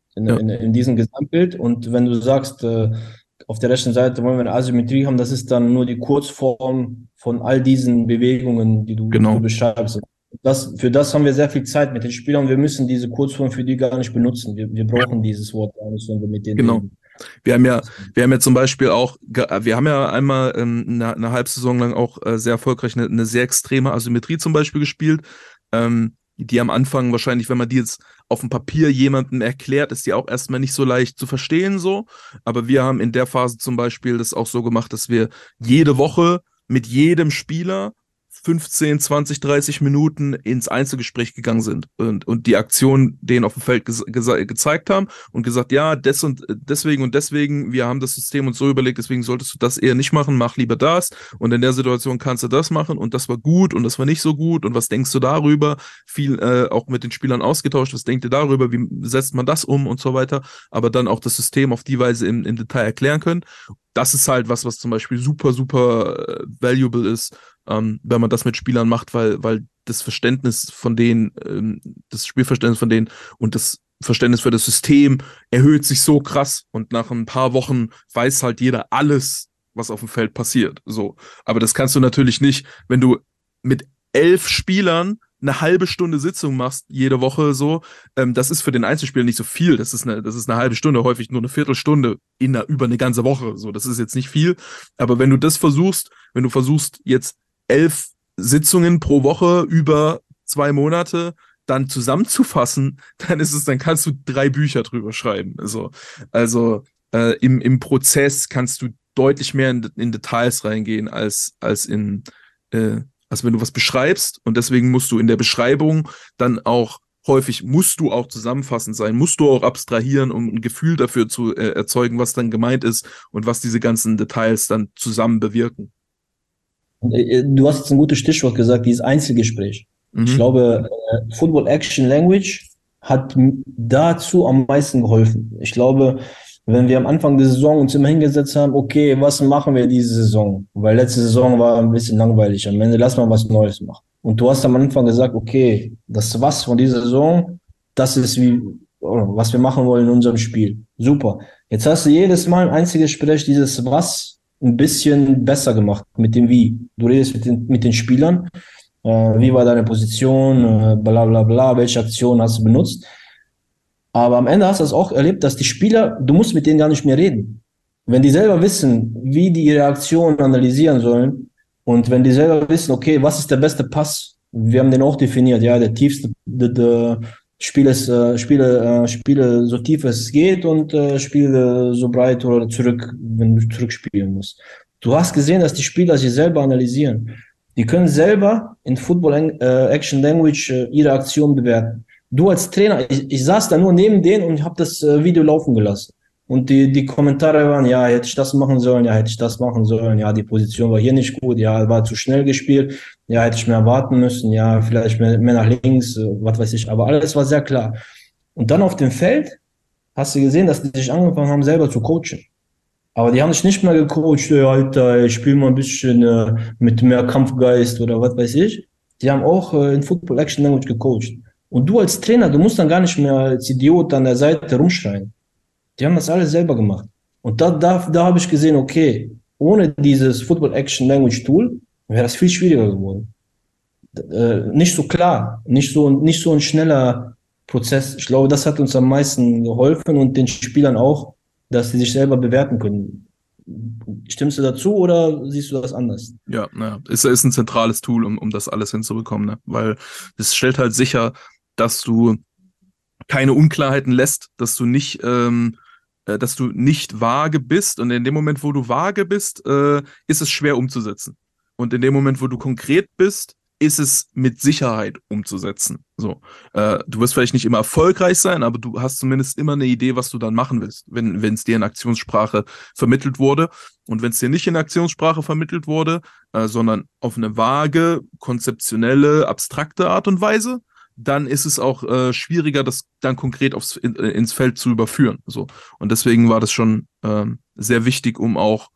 in diesem Gesamtbild. Und wenn du sagst, auf der rechten Seite wollen wir eine Asymmetrie haben, das ist dann nur die Kurzform von all diesen Bewegungen, die du beschreibst. Für das haben wir sehr viel Zeit mit den Spielern. Wir müssen diese Kurzform für die gar nicht benutzen. Wir brauchen dieses Wort gar nicht, wenn wir mit denen reden. Wir haben ja zum Beispiel auch, wir haben ja einmal eine Halbsaison lang auch sehr erfolgreich eine sehr extreme Asymmetrie zum Beispiel gespielt, die am Anfang wahrscheinlich, wenn man die jetzt auf dem Papier jemandem erklärt, ist die auch erstmal nicht so leicht zu verstehen so, aber wir haben in der Phase zum Beispiel das auch so gemacht, dass wir jede Woche mit jedem Spieler 15, 20, 30 Minuten ins Einzelgespräch gegangen sind und die Aktion denen auf dem Feld gezeigt haben und gesagt, ja, deswegen, wir haben das System uns so überlegt, deswegen solltest du das eher nicht machen, mach lieber das und in der Situation kannst du das machen und das war gut und das war nicht so gut und was denkst du darüber? Viel auch mit den Spielern ausgetauscht, was denkt ihr darüber, wie setzt man das um und so weiter, aber dann auch das System auf die Weise im Detail erklären können. Das ist halt was zum Beispiel super, super valuable ist, wenn man das mit Spielern macht, weil das Verständnis von denen, das Spielverständnis von denen und das Verständnis für das System erhöht sich so krass und nach ein paar Wochen weiß halt jeder alles, was auf dem Feld passiert. So. Aber das kannst du natürlich nicht, wenn du mit 11 Spielern eine halbe Stunde Sitzung machst jede Woche so, das ist für den Einzelspieler nicht so viel. Das ist eine halbe Stunde, häufig nur eine Viertelstunde über eine ganze Woche. So, das ist jetzt nicht viel. Aber wenn du versuchst jetzt 11 Sitzungen pro Woche über 2 Monate dann zusammenzufassen, dann kannst du 3 Bücher drüber schreiben. Also im Prozess kannst du deutlich mehr in Details reingehen als wenn du was beschreibst und deswegen musst du in der Beschreibung dann auch häufig musst du auch zusammenfassend sein, musst du auch abstrahieren, um ein Gefühl dafür zu erzeugen, was dann gemeint ist und was diese ganzen Details dann zusammen bewirken. Du hast jetzt ein gutes Stichwort gesagt, dieses Einzelgespräch. Ich glaube, Football Action Language hat dazu am meisten geholfen. Ich glaube, wenn wir am Anfang der Saison uns immer hingesetzt haben, okay, was machen wir diese Saison? Weil letzte Saison war ein bisschen langweilig. Am Ende lass mal was Neues machen. Und du hast am Anfang gesagt, okay, das was von dieser Saison, das ist wie, was wir machen wollen in unserem Spiel. Super. Jetzt hast du jedes Mal ein einziges Gespräch dieses was ein bisschen besser gemacht mit dem Wie. Du redest mit den Spielern, wie war deine Position, bla bla bla, welche Aktion hast du benutzt. Aber am Ende hast du das auch erlebt, dass die Spieler, du musst mit denen gar nicht mehr reden. Wenn die selber wissen, wie die ihre Aktion analysieren sollen und wenn die selber wissen, okay, was ist der beste Pass? Wir haben den auch definiert, ja, der tiefste, spiele so tief es geht und spiele so breit oder zurück, wenn du zurückspielen musst. Du hast gesehen, dass die Spieler sich selber analysieren. Die können selber in Football Action Language ihre Aktion bewerten. Du als Trainer, ich saß da nur neben denen und habe das Video laufen gelassen. Und die Kommentare waren, ja, hätte ich das machen sollen, ja, hätte ich das machen sollen, ja, die Position war hier nicht gut, ja, war zu schnell gespielt, ja, hätte ich mehr warten müssen, ja, vielleicht mehr nach links, was weiß ich, aber alles war sehr klar. Und dann auf dem Feld hast du gesehen, dass die sich angefangen haben, selber zu coachen. Aber die haben sich nicht mehr gecoacht, Alter, ich spiele mal ein bisschen mit mehr Kampfgeist oder was weiß ich. Die haben auch in Football Action Language gecoacht. Und du als Trainer, du musst dann gar nicht mehr als Idiot an der Seite rumschreien. Die haben das alles selber gemacht. Und da habe ich gesehen, okay, ohne dieses Football Action Language Tool wäre das viel schwieriger geworden. Nicht so klar, nicht so ein schneller Prozess. Ich glaube, das hat uns am meisten geholfen und den Spielern auch, dass sie sich selber bewerten können. Stimmst du dazu oder siehst du das anders? Ja, naja, ist ein zentrales Tool, um das alles hinzubekommen, ne? Weil das stellt halt sicher, dass du keine Unklarheiten lässt, dass du nicht vage bist. Und in dem Moment, wo du vage bist, ist es schwer umzusetzen. Und in dem Moment, wo du konkret bist, ist es mit Sicherheit umzusetzen. So, du wirst vielleicht nicht immer erfolgreich sein, aber du hast zumindest immer eine Idee, was du dann machen willst, wenn es dir in Aktionssprache vermittelt wurde. Und wenn es dir nicht in Aktionssprache vermittelt wurde, sondern auf eine vage, konzeptionelle, abstrakte Art und Weise, dann ist es auch schwieriger, das dann konkret ins Feld zu überführen. So. Und deswegen war das schon sehr wichtig, um auch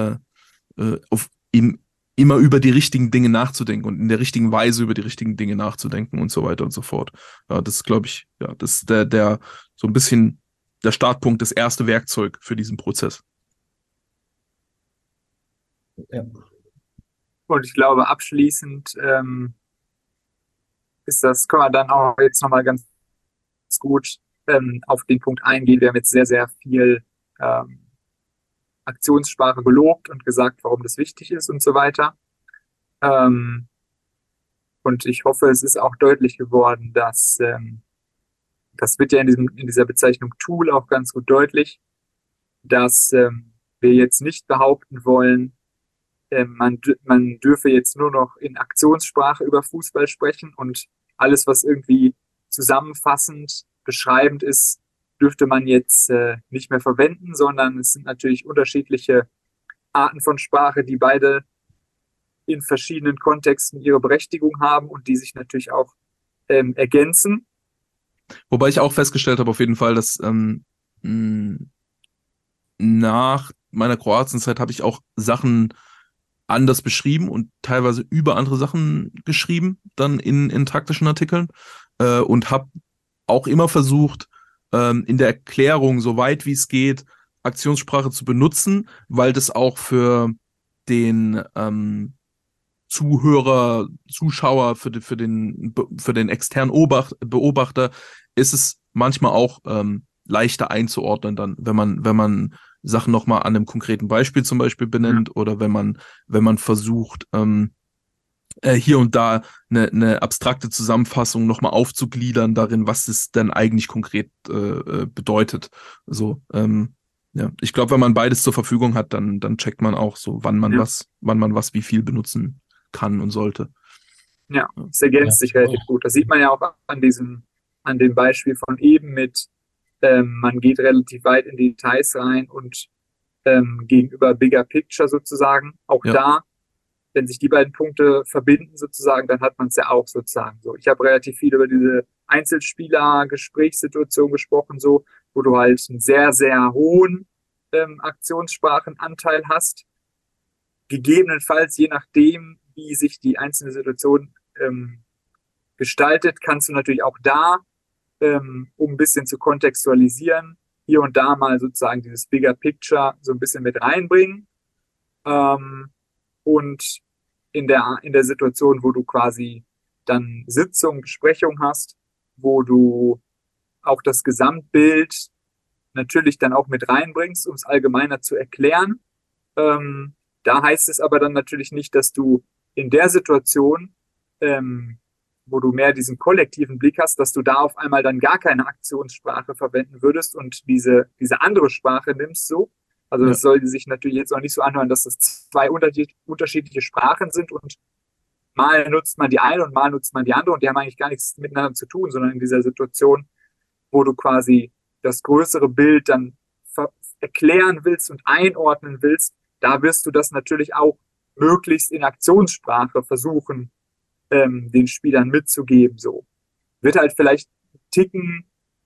immer über die richtigen Dinge nachzudenken und in der richtigen Weise über die richtigen Dinge nachzudenken und so weiter und so fort. Ja, das glaube ich, ja, das ist der so ein bisschen der Startpunkt, das erste Werkzeug für diesen Prozess. Ja. Und ich glaube, abschließend können wir dann auch jetzt nochmal ganz gut auf den Punkt eingehen. Wir haben jetzt sehr, sehr viel ähm, Aktionssprache gelobt und gesagt, warum das wichtig ist und so weiter. Und ich hoffe, es ist auch deutlich geworden, dass das wird ja in dieser Bezeichnung Tool auch ganz gut deutlich, dass wir jetzt nicht behaupten wollen, man dürfe jetzt nur noch in Aktionssprache über Fußball sprechen und alles, was irgendwie zusammenfassend, beschreibend ist, dürfte man jetzt nicht mehr verwenden, sondern es sind natürlich unterschiedliche Arten von Sprache, die beide in verschiedenen Kontexten ihre Berechtigung haben und die sich natürlich auch ergänzen. Wobei ich auch festgestellt habe auf jeden Fall, dass nach meiner Kroatienzeit habe ich auch Sachen anders beschrieben und teilweise über andere Sachen geschrieben, dann in taktischen Artikeln und habe auch immer versucht, in der Erklärung, so weit wie es geht, Aktionssprache zu benutzen, weil das auch für den Zuschauer, für den externen Beobachter ist es manchmal auch leichter einzuordnen dann, wenn man Sachen nochmal an einem konkreten Beispiel zum Beispiel benennt oder wenn man versucht, hier und da eine abstrakte Zusammenfassung nochmal aufzugliedern darin, was es denn eigentlich konkret bedeutet. So, ja, ich glaube, wenn man beides zur Verfügung hat, dann checkt man auch so, wann man was wie viel benutzen kann und sollte. Ja, es ergänzt sich relativ gut. Das sieht man ja auch an dem Beispiel von eben mit, man geht relativ weit in die Details rein und gegenüber Bigger Picture sozusagen. Auch da, wenn sich die beiden Punkte verbinden sozusagen, dann hat man es ja auch sozusagen so. Ich habe relativ viel über diese Einzelspieler-Gesprächssituation gesprochen, so. wo du halt einen sehr, sehr hohen Aktionssprachenanteil hast. Gegebenenfalls, je nachdem, wie sich die einzelne Situation gestaltet, kannst du natürlich auch da, um ein bisschen zu kontextualisieren, hier und da mal sozusagen dieses Bigger Picture so ein bisschen mit reinbringen. Und in der Situation, wo du quasi dann Sitzung, Besprechung hast, wo du auch das Gesamtbild natürlich dann auch mit reinbringst, um es allgemeiner zu erklären. Da heißt es aber dann natürlich nicht, dass du in der Situation, wo du mehr diesen kollektiven Blick hast, dass du da auf einmal dann gar keine Aktionssprache verwenden würdest und diese andere Sprache nimmst so. Also Ja. das soll sich natürlich jetzt auch nicht so anhören, dass das zwei unterschiedliche Sprachen sind und mal nutzt man die eine und mal nutzt man die andere und die haben eigentlich gar nichts miteinander zu tun, sondern in dieser Situation, wo du quasi das größere Bild dann erklären willst und einordnen willst, da wirst du das natürlich auch möglichst in Aktionssprache versuchen, den Spielern mitzugeben. So wird halt vielleicht Ticken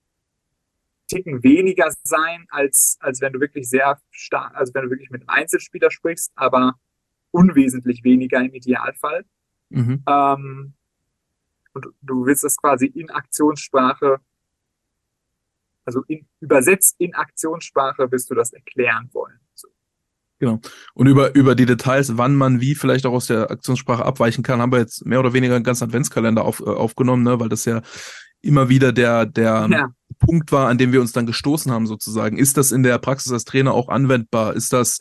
weniger sein, als wenn du wirklich sehr stark, also wenn du wirklich mit einem Einzelspieler sprichst, aber unwesentlich weniger im Idealfall. Mhm. Und du willst das quasi in Aktionssprache, also übersetzt in Aktionssprache, wirst du das erklären wollen. So. Genau. Und über die Details, wann man wie vielleicht auch aus der Aktionssprache abweichen kann, haben wir jetzt mehr oder weniger einen ganzen Adventskalender aufgenommen, ne? Weil das ja immer wieder der Ja. Punkt war, an dem wir uns dann gestoßen haben, sozusagen. Ist das in der Praxis als Trainer auch anwendbar? Ist das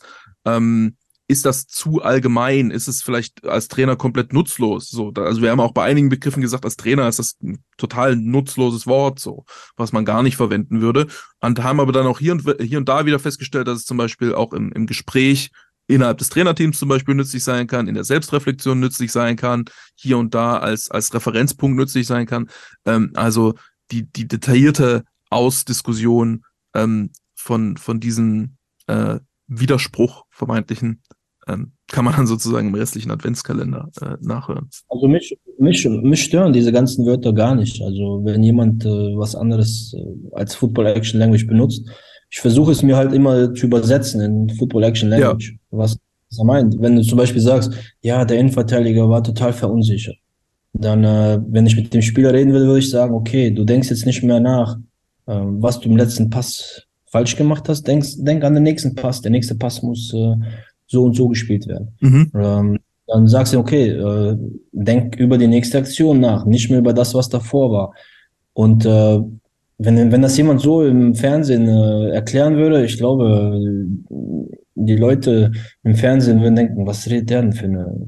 zu allgemein? Ist es vielleicht als Trainer komplett nutzlos? So, also wir haben auch bei einigen Begriffen gesagt, als Trainer ist das ein total nutzloses Wort, so, was man gar nicht verwenden würde. Und haben aber dann auch hier und da wieder festgestellt, dass es zum Beispiel auch im Gespräch innerhalb des Trainerteams zum Beispiel nützlich sein kann, in der Selbstreflexion nützlich sein kann, hier und da als Referenzpunkt nützlich sein kann. Also die detaillierte Ausdiskussion von diesen Widerspruch vermeintlichen kann man dann sozusagen im restlichen Adventskalender nachhören. Also mich stören diese ganzen Wörter gar nicht. Also wenn jemand was anderes als Football Action Language benutzt, ich versuche es mir halt immer zu übersetzen in Football Action Language. Was er meint. Wenn du zum Beispiel sagst, ja, der Innenverteidiger war total verunsichert, dann, wenn ich mit dem Spieler reden will, würde ich sagen, okay, du denkst jetzt nicht mehr nach, was du im letzten Pass falsch gemacht hast, denk an den nächsten Pass. Der nächste Pass muss so und so gespielt werden. Mhm. Dann sagst du, okay, denk über die nächste Aktion nach, nicht mehr über das, was davor war. Und wenn das jemand so im Fernsehen erklären würde, ich glaube, die Leute im Fernsehen würden denken, was redet der denn für eine...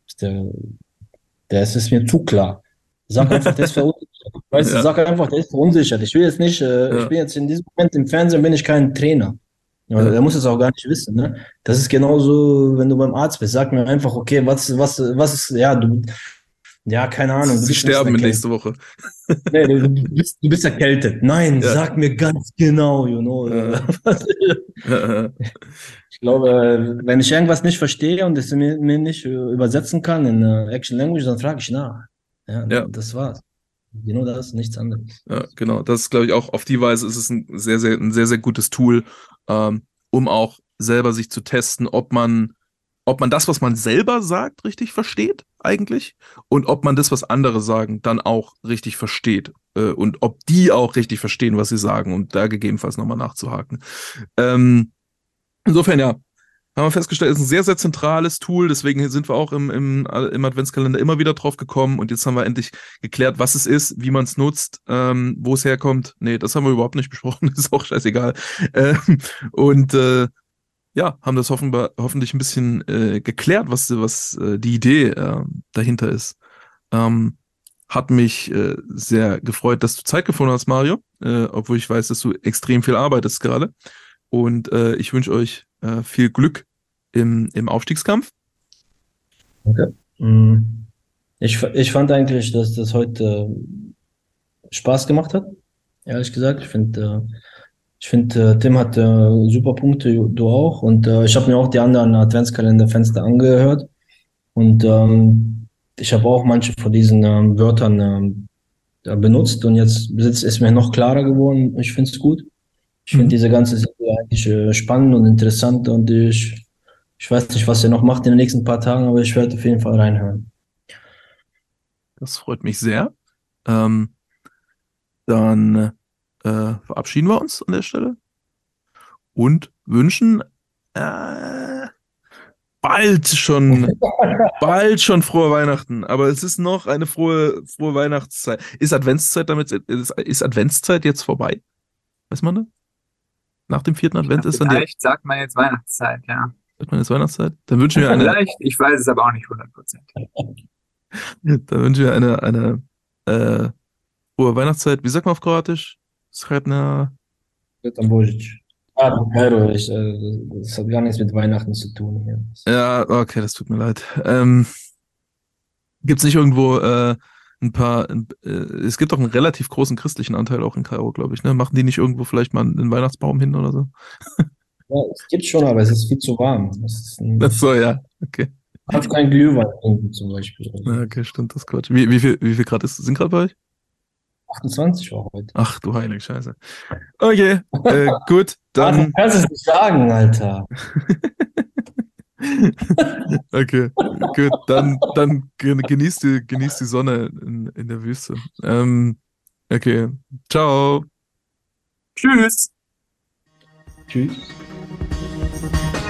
Der ist mir zu klar. Sag einfach, der ist verunsichert. Weißt du, sag einfach, der ist verunsichert. Ich will jetzt nicht, ich bin jetzt in diesem Moment im Fernsehen, bin ich kein Trainer. Ja, der muss es auch gar nicht wissen, ne? Das ist genauso, wenn du beim Arzt bist. Sag mir einfach, okay, was ist, ja, keine Ahnung. Sie sterben nächste Woche. Nee, du bist erkältet. Nein, sag mir ganz genau, you know. Ich glaube, wenn ich irgendwas nicht verstehe und es mir nicht übersetzen kann in Action Language, dann frage ich nach. Ja, das war's. Genau das, nichts anderes. Ja, genau. Das ist, glaube ich, auch auf die Weise ist es ein sehr, sehr gutes Tool, um auch selber sich zu testen, ob man das, was man selber sagt, richtig versteht, eigentlich, und ob man das, was andere sagen, dann auch richtig versteht. Und ob die auch richtig verstehen, was sie sagen, und da gegebenenfalls nochmal nachzuhaken. Insofern, ja, haben wir festgestellt, ist ein sehr, sehr zentrales Tool, deswegen sind wir auch im Adventskalender immer wieder drauf gekommen und jetzt haben wir endlich geklärt, was es ist, wie man es nutzt, wo es herkommt. Nee, das haben wir überhaupt nicht besprochen, ist auch scheißegal. Ja, haben das hoffentlich ein bisschen geklärt, was die Idee dahinter ist. Hat mich sehr gefreut, dass du Zeit gefunden hast, Mario, obwohl ich weiß, dass du extrem viel arbeitest gerade. Und ich wünsche euch viel Glück im Aufstiegskampf. Okay. Ich fand eigentlich, dass das heute Spaß gemacht hat, ehrlich gesagt. Ich finde, Tim hat super Punkte, du auch. Und ich habe mir auch die anderen Adventskalenderfenster angehört. Und ich habe auch manche von diesen Wörtern benutzt. Und jetzt ist mir noch klarer geworden. Ich finde es gut. Ich finde diese ganze Serie eigentlich spannend und interessant und ich weiß nicht, was er noch macht in den nächsten paar Tagen, aber ich werde auf jeden Fall reinhören. Das freut mich sehr. Ähm, dann verabschieden wir uns an der Stelle und wünschen äh, bald schon, bald schon frohe Weihnachten. Aber es ist noch eine frohe Weihnachtszeit. Ist Adventszeit ist Adventszeit jetzt vorbei? Weiß man das? Nach dem vierten Advent ist dann Vielleicht sagt man jetzt Weihnachtszeit, ja. sagt man jetzt Weihnachtszeit? Dann wünschen wir Vielleicht, ich weiß es aber auch nicht 100%. eine frohe Weihnachtszeit. Wie sagt man auf Kroatisch? Sretna. Sretan Božić. Ah, Kairo, das hat gar nichts mit Weihnachten zu tun hier. Ja, okay, das tut mir leid. Gibt es nicht irgendwo es gibt doch einen relativ großen christlichen Anteil auch in Kairo, glaube ich, ne? Machen die nicht irgendwo vielleicht mal einen Weihnachtsbaum hin oder so? Ja, es gibt schon, aber es ist viel zu warm. Ach so, ja, okay. Du kannst kein Glühwein trinken zum Beispiel. Ja, okay, stimmt, das ist Quatsch. Wie viel Grad sind gerade bei euch? 28 war heute. Ach du heilige Scheiße. Okay, gut, Ah, du dann. kannst es nicht sagen, Alter. Okay, gut, dann genießt die Sonne in der Wüste. Okay, ciao. Tschüss! Tschüss.